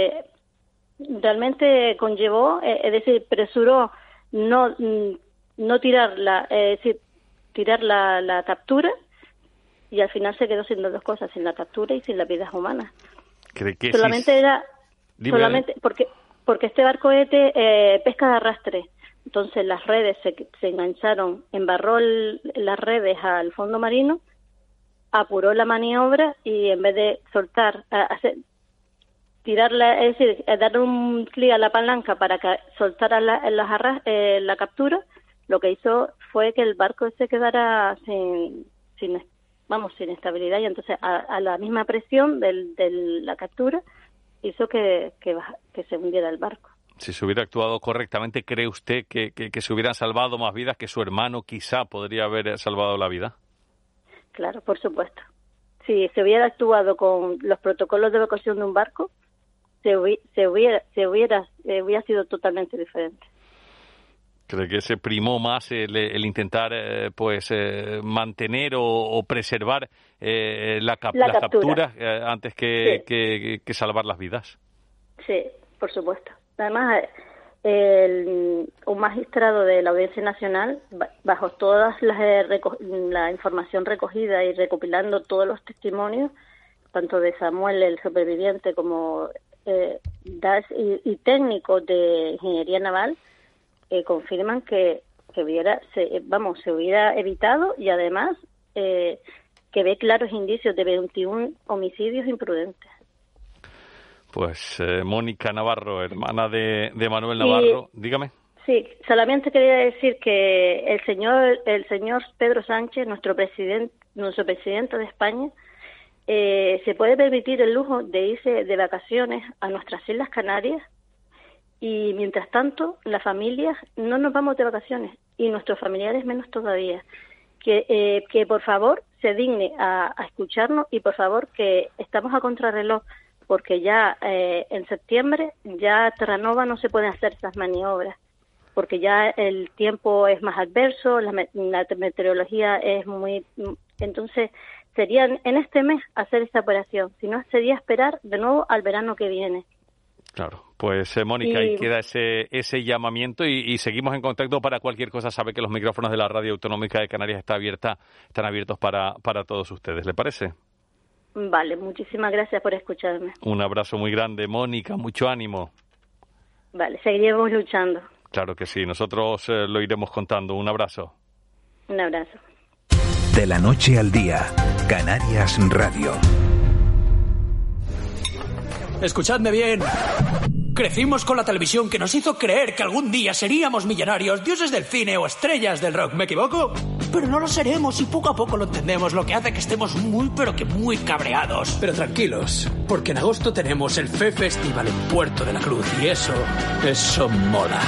conllevó, es decir, presuró no tirarla, es decir, tirar la captura, y al final se quedó sin 2 cosas, sin la captura y sin las vidas humanas. ¿Cree que solamente porque este barco pesca de arrastre, entonces las redes se engancharon, embarró las redes al fondo marino, apuró la maniobra y en vez de soltar, tirarla, es decir, dar un clic a la palanca para que soltara la captura, lo que hizo fue que el barco se quedara sin estabilidad, y entonces a la misma presión de la captura hizo que se hundiera el barco. Si se hubiera actuado correctamente, ¿cree usted que se hubieran salvado más vidas, que su hermano quizá podría haber salvado la vida? Claro, por supuesto. Si se hubiera actuado con los protocolos de evacuación de un barco, hubiera sido totalmente diferente. ¿Cree que se primó más el intentar mantener o preservar las capturas antes que salvar las vidas? Sí, por supuesto. Además, un magistrado de la Audiencia Nacional, bajo toda la información recogida y recopilando todos los testimonios, tanto de Samuel, el superviviente, como y técnicos de ingeniería naval, confirman que se hubiera evitado, y además que ve claros indicios de 21 homicidios imprudentes. Pues Mónica Navarro, hermana de Manuel Navarro, dígame. Sí, solamente quería decir que el señor Pedro Sánchez, nuestro presidente de España, se puede permitir el lujo de irse de vacaciones a nuestras Islas Canarias y mientras tanto las familias no nos vamos de vacaciones y nuestros familiares menos todavía. Que por favor se digne a escucharnos y por favor que estamos a contrarreloj porque ya en septiembre ya Terranova no se pueden hacer esas maniobras porque ya el tiempo es más adverso, la meteorología es muy... Entonces sería en este mes hacer esta operación, si no sería esperar de nuevo al verano que viene. Claro, pues Mónica, ahí queda ese llamamiento y seguimos en contacto para cualquier cosa. Sabe que los micrófonos de la Radio Autonómica de Canarias están abiertos para todos ustedes, ¿le parece? Vale, muchísimas gracias por escucharme. Un abrazo muy grande, Mónica, mucho ánimo. Vale, seguiremos luchando. Claro que sí, nosotros lo iremos contando. Un abrazo. Un abrazo. De la noche al día, Canarias Radio. Escuchadme bien. Crecimos con la televisión que nos hizo creer que algún día seríamos millonarios, dioses del cine o estrellas del rock. ¿Me equivoco? Pero no lo seremos y poco a poco lo entendemos, lo que hace que estemos muy pero que muy cabreados. Pero tranquilos, porque en agosto tenemos el FE Festival en Puerto de la Cruz y eso mola.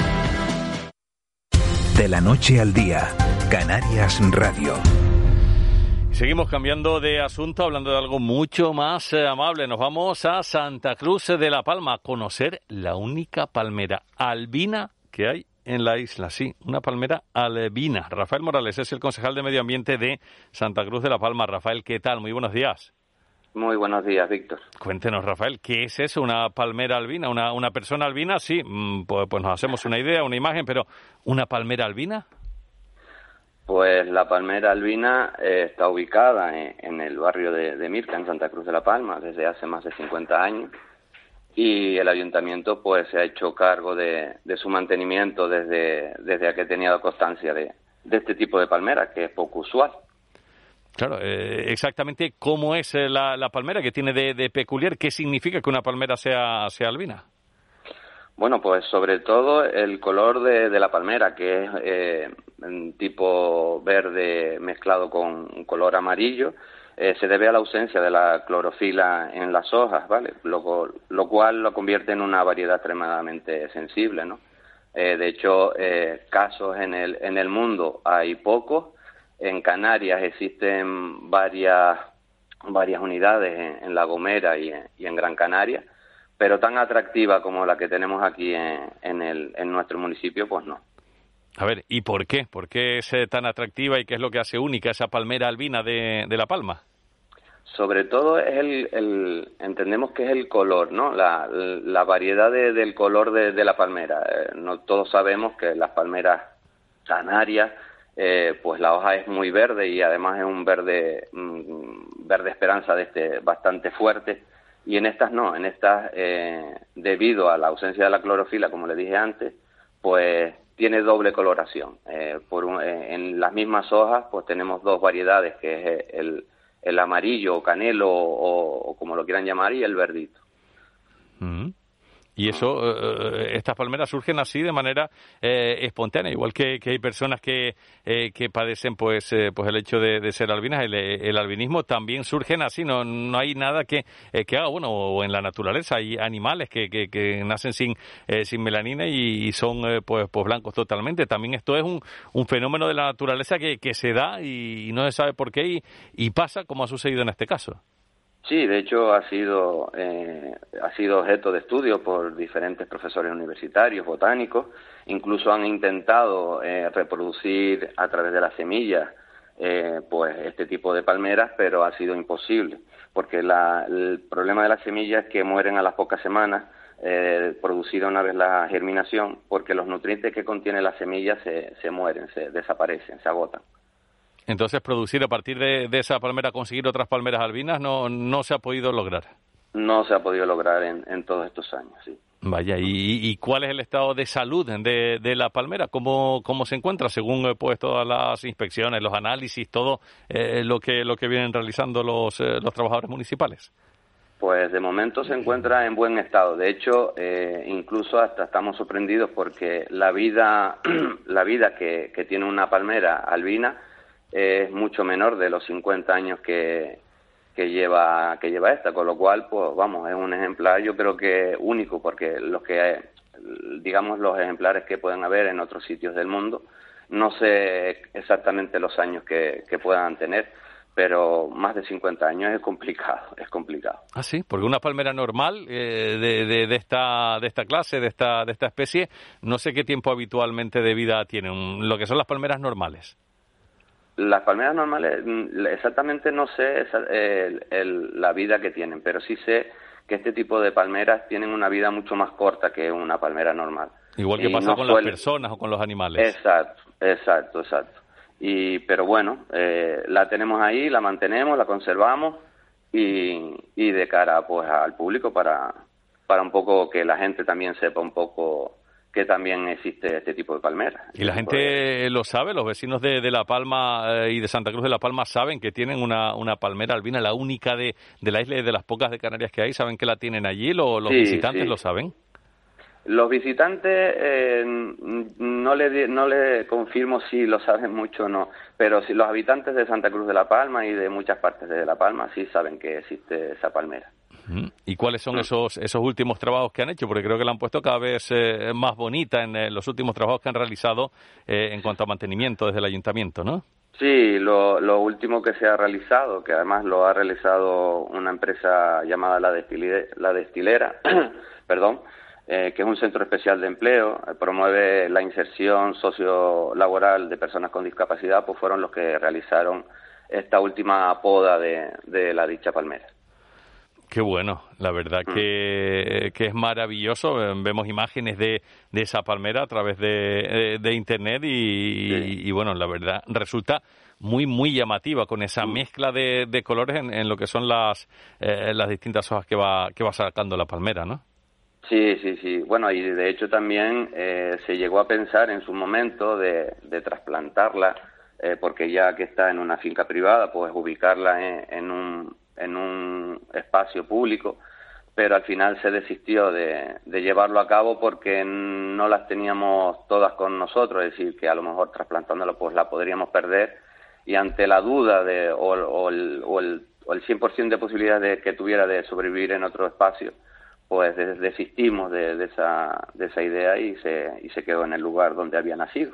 De la noche al día, Canarias Radio. Seguimos cambiando de asunto, hablando de algo mucho más amable. Nos vamos a Santa Cruz de la Palma a conocer la única palmera albina que hay en la isla. Sí, una palmera albina. Rafael Morales es el concejal de Medio Ambiente de Santa Cruz de la Palma. Rafael, ¿qué tal? Muy buenos días. Muy buenos días, Víctor. Cuéntenos, Rafael, ¿qué es eso? ¿Una palmera albina? ¿Una persona albina? Sí, pues nos hacemos una idea, una imagen, pero ¿una palmera albina? Pues la palmera albina está ubicada en el barrio de Mirca, en Santa Cruz de la Palma, desde hace más de 50 años. Y el ayuntamiento pues se ha hecho cargo de su mantenimiento desde que tenía constancia de este tipo de palmera, que es poco usual. Claro, exactamente cómo es la palmera, que tiene de peculiar, ¿qué significa que una palmera sea albina? Bueno, pues sobre todo el color de la palmera, que es tipo verde mezclado con un color amarillo, se debe a la ausencia de la clorofila en las hojas, ¿vale? Lo cual lo convierte en una variedad extremadamente sensible, ¿no? De hecho, casos en el mundo hay pocos. En Canarias existen varias unidades en La Gomera y en Gran Canaria, pero tan atractiva como la que tenemos aquí en nuestro municipio, pues no. A ver, ¿y por qué? ¿Por qué es tan atractiva y qué es lo que hace única esa palmera albina de La Palma? Sobre todo entendemos que es el color, ¿no? La variedad del color de la palmera. No todos sabemos que las palmeras canarias, pues la hoja es muy verde y además es un verde esperanza bastante fuerte. Y en estas no, en estas, debido a la ausencia de la clorofila, como le dije antes, pues tiene doble coloración. En las mismas hojas, pues tenemos dos variedades, que es el amarillo o canelo o como lo quieran llamar, y el verdito. Mm-hmm. Y eso, estas palmeras surgen así de manera espontánea, igual que hay personas que padecen pues el hecho de ser albinas. El albinismo también surgen así, no hay nada que haga, bueno, o en la naturaleza hay animales que nacen sin melanina y son pues blancos totalmente. También esto es un fenómeno de la naturaleza que se da y no se sabe por qué y pasa como ha sucedido en este caso. Sí, de hecho ha sido objeto de estudio por diferentes profesores universitarios, botánicos. Incluso han intentado reproducir a través de las semillas pues este tipo de palmeras, pero ha sido imposible, porque el problema de las semillas es que mueren a las pocas semanas, producida una vez la germinación, porque los nutrientes que contiene la semilla se mueren, se desaparecen, se agotan. Entonces, producir a partir de esa palmera, conseguir otras palmeras albinas, no se ha podido lograr. No se ha podido lograr en todos estos años, sí. Vaya, ¿y cuál es el estado de salud de la palmera? ¿Cómo se encuentra según pues todas las inspecciones, los análisis, todo lo que vienen realizando los trabajadores municipales? pues de momento se encuentra en buen estado. De hecho, incluso hasta estamos sorprendidos porque la vida que tiene una palmera albina es mucho menor de los 50 años que lleva esta, con lo cual, pues vamos, es un ejemplar, yo creo que único, porque los ejemplares que pueden haber en otros sitios del mundo, no sé exactamente los años que puedan tener, pero más de 50 años es complicado. Ah, sí, porque una palmera normal de esta clase, de esta especie, no sé qué tiempo habitualmente de vida tienen, lo que son las palmeras normales. Las palmeras normales, exactamente no sé la vida que tienen, pero sí sé que este tipo de palmeras tienen una vida mucho más corta que una palmera normal. Igual que pasa con las personas o con los animales. Exacto. Pero bueno, la tenemos ahí, la mantenemos, la conservamos y de cara pues al público para un poco que la gente también sepa un poco que también existe este tipo de palmeras. ¿Y la gente lo sabe? ¿Los vecinos de La Palma y de Santa Cruz de La Palma saben que tienen una palmera albina, la única de la isla y de las pocas de Canarias que hay? ¿Saben que la tienen allí? ¿Los visitantes lo saben? Los visitantes no le confirmo si lo saben mucho o no, pero si los habitantes de Santa Cruz de La Palma y de muchas partes de La Palma sí saben que existe esa palmera. ¿Y cuáles son esos últimos trabajos que han hecho? Porque creo que la han puesto cada vez más bonita en los últimos trabajos que han realizado en cuanto a mantenimiento desde el ayuntamiento, ¿no? Sí, lo último que se ha realizado, que además lo ha realizado una empresa llamada La Destilera, perdón, que es un centro especial de empleo, promueve la inserción sociolaboral de personas con discapacidad, pues fueron los que realizaron esta última poda de la dicha palmera. Qué bueno, la verdad que es maravilloso. Vemos imágenes de esa palmera a través de internet y bueno, la verdad resulta muy llamativa con esa mezcla de colores en lo que son las distintas hojas que va sacando la palmera, ¿no? Sí. Bueno, y de hecho también se llegó a pensar en su momento de trasplantarla, porque ya que está en una finca privada, pues ubicarla en un espacio público, pero al final se desistió de llevarlo a cabo porque no las teníamos todas con nosotros, es decir, que a lo mejor trasplantándola pues la podríamos perder, y ante la duda o el 100% de posibilidad de que tuviera de sobrevivir en otro espacio, pues desistimos de esa idea y se quedó en el lugar donde había nacido.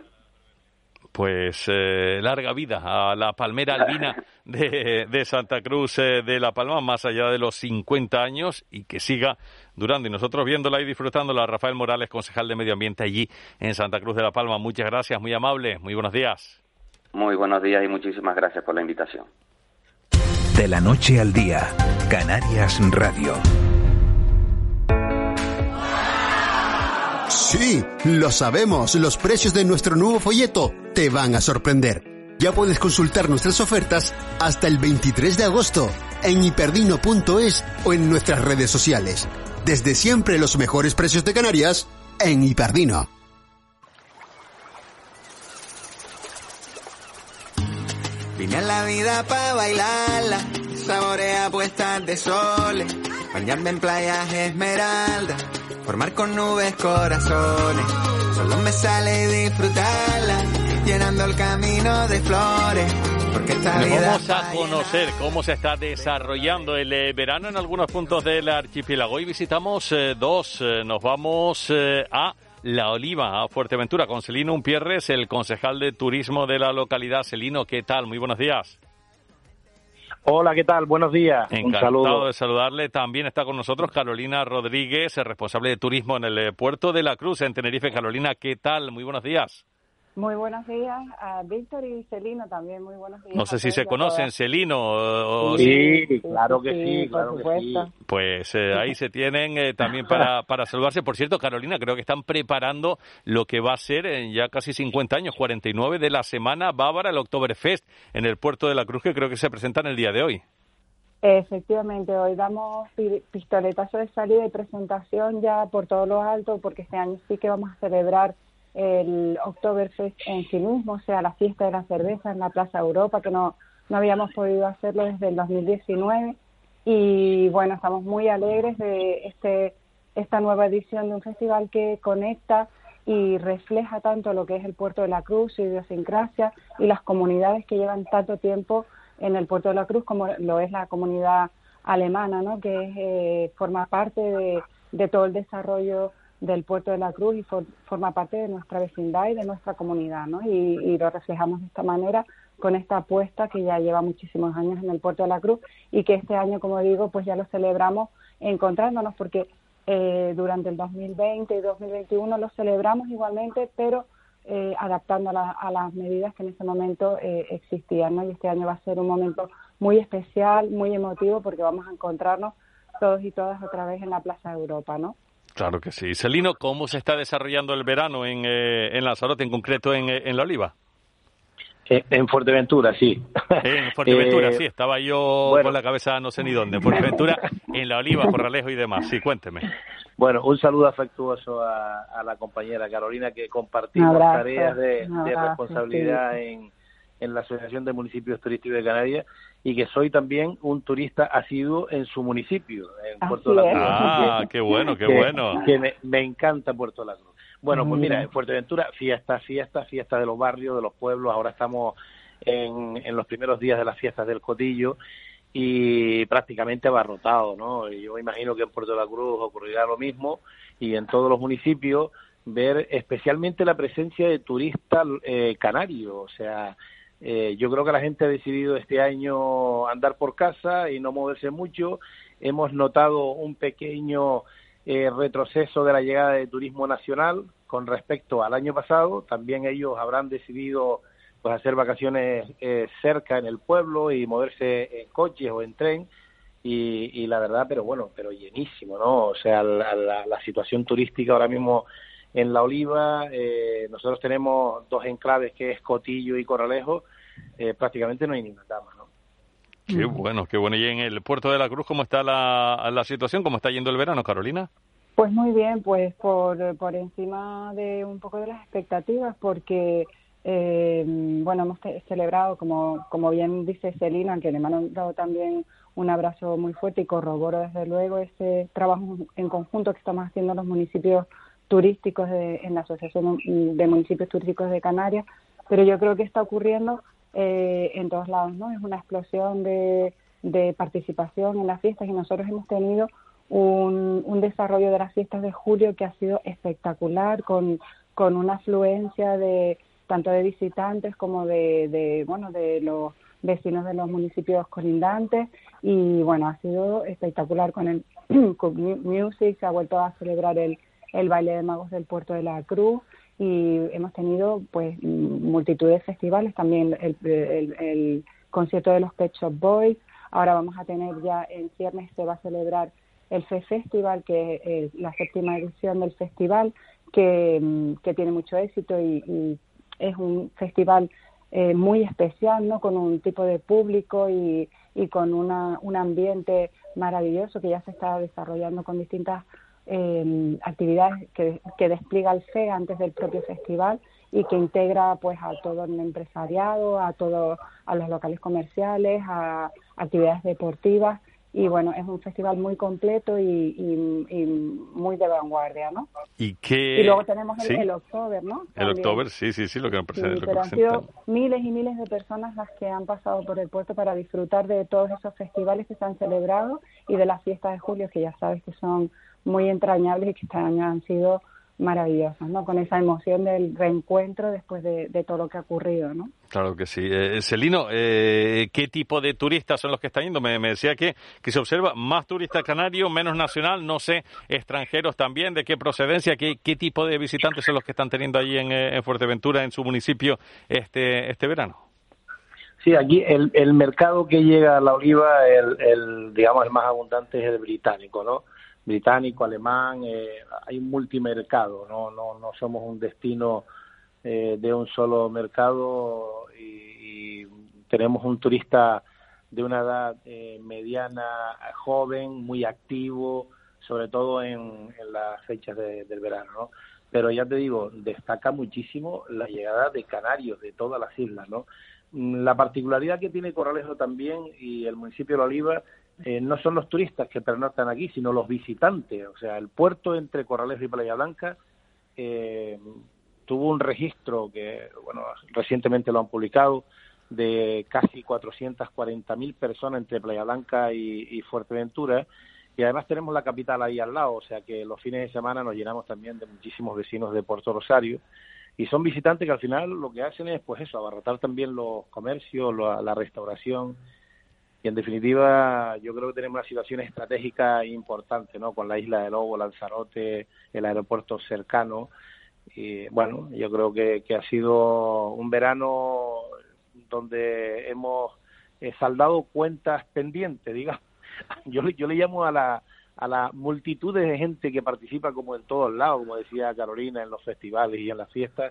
Pues larga vida a la palmera albina de Santa Cruz de La Palma, más allá de los 50 años, y que siga durando. Y nosotros viéndola y disfrutándola. Rafael Morales, concejal de Medio Ambiente allí en Santa Cruz de La Palma. Muchas gracias, muy amable, muy buenos días. Muy buenos días y muchísimas gracias por la invitación. De la noche al día, Canarias Radio. Sí, lo sabemos, los precios de nuestro nuevo folleto te van a sorprender. Ya puedes consultar nuestras ofertas hasta el 23 de agosto en hiperdino.es o en nuestras redes sociales. Desde siempre los mejores precios de Canarias en Hiperdino. Vine a la vida pa' bailarla, saborea puestas de soles, bañarme en playas esmeralda, formar con nubes corazones, solo me sale disfrutarla, llenando el camino de flores, porque esta vida... Vamos a conocer cómo se está desarrollando el verano en algunos puntos del archipiélago. Hoy visitamos dos, nos vamos a La Oliva, a Fuerteventura, con Celino Umpierres, el concejal de turismo de la localidad. Celino, ¿qué tal? Muy buenos días. Hola, ¿qué tal? Buenos días. Encantado Un saludo. de saludarle. También está con nosotros Carolina Rodríguez, responsable de turismo en el puerto de la Cruz, en Tenerife. Carolina, ¿qué tal? Muy buenos días. Muy buenos días a Víctor y Celino también, muy buenos días. No sé si se conocen, Celino. Sí, claro que sí, claro que sí. Pues ahí se tienen también para saludarse. Por cierto, Carolina, creo que están preparando lo que va a ser en ya casi 50 años, 49 de la Semana Bávara, el Oktoberfest, en el puerto de la Cruz, que creo que se presenta en el día de hoy. Efectivamente, hoy damos pistoletazo de salida y presentación ya por todo lo alto, porque este año sí que vamos a celebrar el Oktoberfest en sí mismo, o sea, la fiesta de la cerveza en la Plaza Europa, que no habíamos podido hacerlo desde el 2019, Y bueno, estamos muy alegres de esta nueva edición de un festival que conecta y refleja tanto lo que es el Puerto de la Cruz, su idiosincrasia y las comunidades que llevan tanto tiempo en el Puerto de la Cruz, como lo es la comunidad alemana, ¿no? Que forma parte de todo el desarrollo del Puerto de la Cruz y forma parte de nuestra vecindad y de nuestra comunidad, ¿no? Y lo reflejamos de esta manera con esta apuesta que ya lleva muchísimos años en el Puerto de la Cruz y que este año, como digo, pues ya lo celebramos encontrándonos, porque durante el 2020 y 2021 lo celebramos igualmente, pero adaptando a las medidas que en ese momento existían, ¿no? Y este año va a ser un momento muy especial, muy emotivo, porque vamos a encontrarnos todos y todas otra vez en la Plaza de Europa, ¿no? Claro que sí. Celino, ¿cómo se está desarrollando el verano en Lanzarote, en concreto en La Oliva? En Fuerteventura, sí. En Fuerteventura, sí. Estaba yo con la cabeza no sé ni dónde. En Fuerteventura, en La Oliva, Corralejo y demás. Sí, cuénteme. Bueno, un saludo afectuoso a la compañera Carolina, que compartimos tareas de responsabilidad en la Asociación de Municipios Turísticos de Canarias, y que soy también un turista asiduo en su municipio, en Puerto de la Cruz. Ah, qué bueno, qué bueno. Que me encanta Puerto de la Cruz. Bueno, pues mira, en Fuerteventura, fiesta de los barrios, de los pueblos. Ahora estamos en los primeros días de las fiestas del Cotillo y prácticamente abarrotado, ¿no? Y yo me imagino que en Puerto de la Cruz ocurrirá lo mismo, y en todos los municipios ver especialmente la presencia de turistas canarios. O sea, yo creo que la gente ha decidido este año andar por casa y no moverse mucho. Hemos notado un pequeño retroceso de la llegada de turismo nacional con respecto al año pasado. También ellos habrán decidido pues hacer vacaciones cerca en el pueblo y moverse en coches o en tren, y la verdad, pero llenísimo, ¿no? O sea, la situación turística ahora mismo en La Oliva, nosotros tenemos dos enclaves, que es Cotillo y Corralejo, prácticamente no hay ni una cama, ¿no? Qué bueno, qué bueno. ¿Y en el Puerto de la Cruz cómo está la situación? ¿Cómo está yendo el verano, Carolina? Pues muy bien, pues por encima de un poco de las expectativas, porque hemos celebrado, como bien dice Celina, que le me han dado también un abrazo muy fuerte, y corroboro desde luego ese trabajo en conjunto que estamos haciendo los municipios turísticos en la Asociación de Municipios Turísticos de Canarias, pero yo creo que está ocurriendo en todos lados, ¿no? Es una explosión de participación en las fiestas, y nosotros hemos tenido un desarrollo de las fiestas de julio que ha sido espectacular, con una afluencia tanto de visitantes como de los vecinos de los municipios colindantes, y bueno, ha sido espectacular con el Cook Music. Se ha vuelto a celebrar el baile de magos del Puerto de la Cruz, y hemos tenido pues multitud de festivales, también el concierto de los Pet Shop Boys. Ahora vamos a tener ya en ciernes, se va a celebrar el Festival, que es la 7ª edición del festival, que tiene mucho éxito, y es un festival muy especial, ¿no? Con un tipo de público y con un ambiente maravilloso que ya se está desarrollando con distintas actividades que despliega el FE antes del propio festival, y que integra pues a todo el empresariado, a los locales comerciales, a actividades deportivas. Y bueno, es un festival muy completo y muy de vanguardia, ¿no? Y luego tenemos el October, ¿no? El October, sí, lo que pero han sido miles y miles de personas las que han pasado por el puerto para disfrutar de todos esos festivales que se han celebrado, y de las fiestas de julio, que ya sabes que son muy entrañables y que este año han sido maravillosas, ¿no? Con esa emoción del reencuentro después de todo lo que ha ocurrido, ¿no? Claro que sí. Celino, ¿qué tipo de turistas son los que están yendo? Me decía que se observa más turista canario, menos nacional, no sé, extranjeros también. ¿De qué procedencia? ¿Qué tipo de visitantes son los que están teniendo allí en Fuerteventura, en su municipio, este verano? Sí, aquí el mercado que llega a La Oliva, el más abundante es el británico, ¿no? Británico, alemán, hay un multimercado, no somos un destino de un solo mercado, y tenemos un turista de una edad mediana, joven, muy activo, sobre todo en las fechas del verano, ¿no? Pero ya te digo, destaca muchísimo la llegada de canarios de todas las islas, ¿no? La particularidad que tiene Corralejo también, y el municipio de La Oliva, no son los turistas que pernoctan aquí, sino los visitantes. O sea, el puerto entre Corralejo y Playa Blanca tuvo un registro que, bueno, recientemente lo han publicado, de casi 440.000 personas entre Playa Blanca y Fuerteventura, y además tenemos la capital ahí al lado, o sea que los fines de semana nos llenamos también de muchísimos vecinos de Puerto Rosario, y son visitantes que al final lo que hacen es, pues eso, abarrotar también los comercios, la restauración, y en definitiva yo creo que tenemos una situación estratégica importante, ¿no? Con la isla de Lobo, Lanzarote, el aeropuerto cercano, y bueno, yo creo que ha sido un verano donde hemos saldado cuentas pendientes, digamos. Yo le llamo a la multitud de gente que participa, como en todos lados, como decía Carolina, en los festivales y en las fiestas,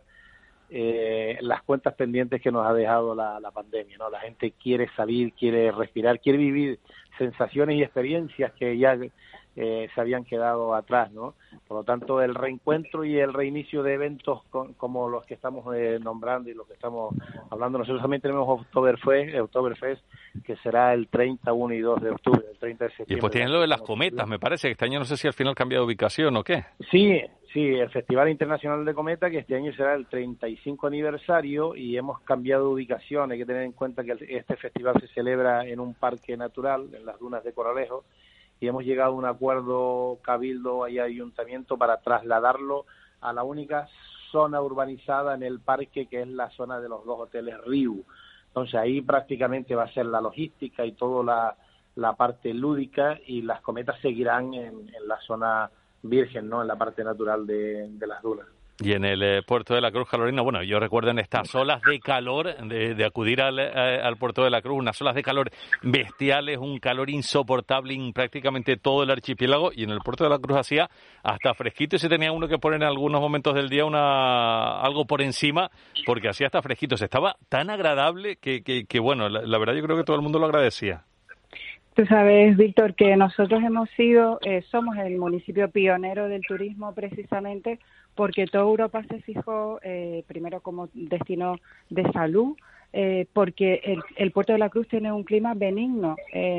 las cuentas pendientes que nos ha dejado la pandemia, ¿no? La gente quiere salir, quiere respirar, quiere vivir sensaciones y experiencias que ya se habían quedado atrás, ¿no? Por lo tanto, el reencuentro y el reinicio de eventos como los que estamos nombrando y los que estamos hablando. Nosotros también tenemos Oktoberfest, que será el 30, 1 y 2 de octubre, el 30 de septiembre. Y pues tienen lo de las cometas, me parece, que este año no sé si al final cambia de ubicación o qué. Sí, el Festival Internacional de Cometa, que este año será el 35 aniversario y hemos cambiado de ubicación. Hay que tener en cuenta que este festival se celebra en un parque natural, en las dunas de Corralejo, y hemos llegado a un acuerdo cabildo y ayuntamiento para trasladarlo a la única zona urbanizada en el parque, que es la zona de los 2 hoteles Riu. Entonces ahí prácticamente va a ser la logística y toda la parte lúdica, y las cometas seguirán en la zona virgen, ¿no? En la parte natural de las dunas. Y en el puerto de la Cruz, Carolina, bueno, yo recuerdo en estas olas de calor, de acudir al puerto de la Cruz, unas olas de calor bestiales, un calor insoportable en prácticamente todo el archipiélago, y en el puerto de la Cruz hacía hasta fresquito, y se tenía uno que poner en algunos momentos del día algo por encima, porque hacía hasta fresquito. Se estaba tan agradable que bueno, la verdad yo creo que todo el mundo lo agradecía. Tú sabes, Víctor, que nosotros somos el municipio pionero del turismo precisamente porque toda Europa se fijó primero como destino de salud, porque el Puerto de la Cruz tiene un clima benigno.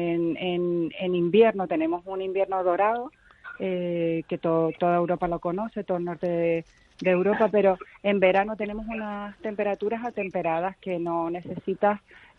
En invierno tenemos un invierno dorado, que toda Europa lo conoce, todo el norte de Europa, pero en verano tenemos unas temperaturas atemperadas que no necesitas,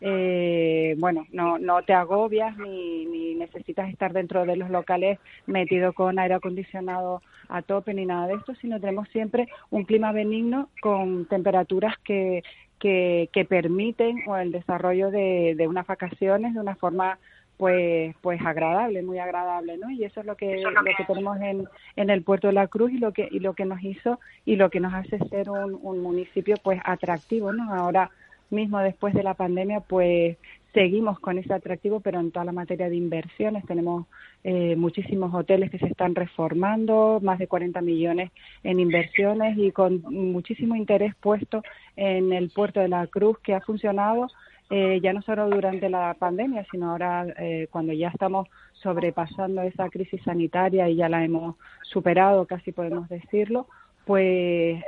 no te agobias ni necesitas estar dentro de los locales metido con aire acondicionado a tope ni nada de esto, sino tenemos siempre un clima benigno con temperaturas que permiten el desarrollo de unas vacaciones de una forma pues agradable, muy agradable, ¿no? Y eso es lo que tenemos en el Puerto de la Cruz y lo que nos hizo y lo que nos hace ser un municipio pues atractivo, ¿no? Ahora mismo, después de la pandemia, pues seguimos con ese atractivo, pero en toda la materia de inversiones tenemos muchísimos hoteles que se están reformando, más de 40 millones en inversiones y con muchísimo interés puesto en el Puerto de la Cruz, que ha funcionado ya no solo durante la pandemia, sino ahora cuando ya estamos sobrepasando esa crisis sanitaria y ya la hemos superado, casi podemos decirlo, pues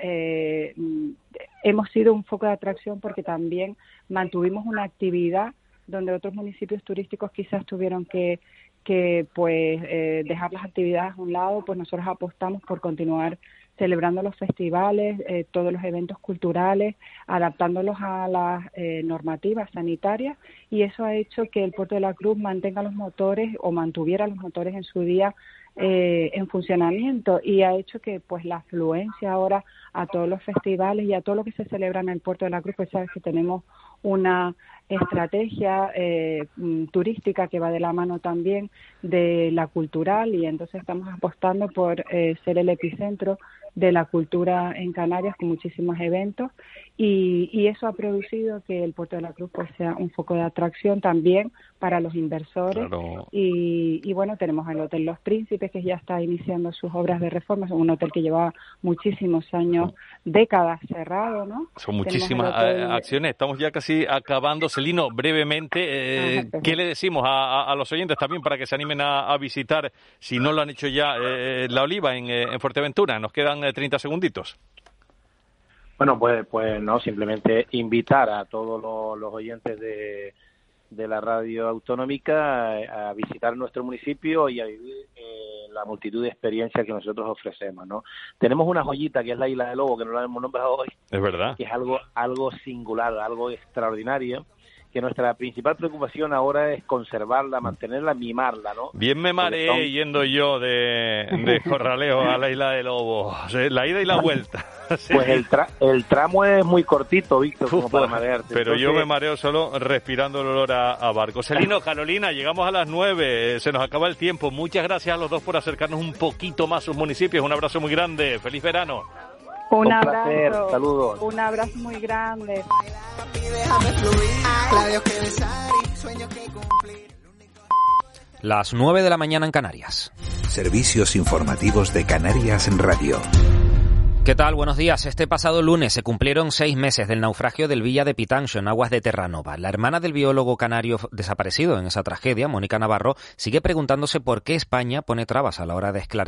hemos sido un foco de atracción porque también mantuvimos una actividad donde otros municipios turísticos quizás tuvieron que dejar las actividades a un lado, pues nosotros apostamos por continuar celebrando los festivales, todos los eventos culturales, adaptándolos a las normativas sanitarias, y eso ha hecho que el Puerto de la Cruz mantuviera los motores en su día en funcionamiento, y ha hecho que pues la afluencia ahora a todos los festivales y a todo lo que se celebra en el Puerto de la Cruz, pues sabes que tenemos una estrategia turística que va de la mano también de la cultural, y entonces estamos apostando por ser el epicentro de la cultura en Canarias con muchísimos eventos, y eso ha producido que el Puerto de la Cruz pues sea un foco de atracción también para los inversores. Claro. Y bueno, tenemos el Hotel Los Príncipes, que ya está iniciando sus obras de reforma, es un hotel que lleva muchísimos años, décadas cerrado, ¿no? Son muchísimas acciones, estamos ya casi acabando. Celino, brevemente, ¿qué le decimos a los oyentes también para que se animen a visitar, si no lo han hecho ya, La Oliva en Fuerteventura? Nos quedan 30 segunditos. Bueno, pues no, simplemente invitar a todos los oyentes la radio autonómica a visitar nuestro municipio y a vivir la multitud de experiencias que nosotros ofrecemos, ¿no? Tenemos una joyita que es la Isla del Lobo, que no la hemos nombrado hoy. Es verdad. Que es algo singular, algo extraordinario, que nuestra principal preocupación ahora es conservarla, mantenerla, mimarla, ¿no? Bien me mareé yendo yo de Corralejo a la Isla del Lobo, la ida y la vuelta. Sí. Pues el tramo es muy cortito, Víctor, como para marearte. Pero entonces, yo me mareo solo respirando el olor a barco. Celino, Carolina, llegamos a las 9, se nos acaba el tiempo. Muchas gracias a los dos por acercarnos un poquito más a sus municipios. Un abrazo muy grande, feliz verano. Un placer, abrazo, saludos. Un abrazo muy grande. Las 9 de la mañana en Canarias. Servicios informativos de Canarias en Radio. ¿Qué tal? Buenos días. Este pasado lunes se cumplieron 6 meses del naufragio del Villa de Pitancho en aguas de Terranova. La hermana del biólogo canario desaparecido en esa tragedia, Mónica Navarro, sigue preguntándose por qué España pone trabas a la hora de esclarecer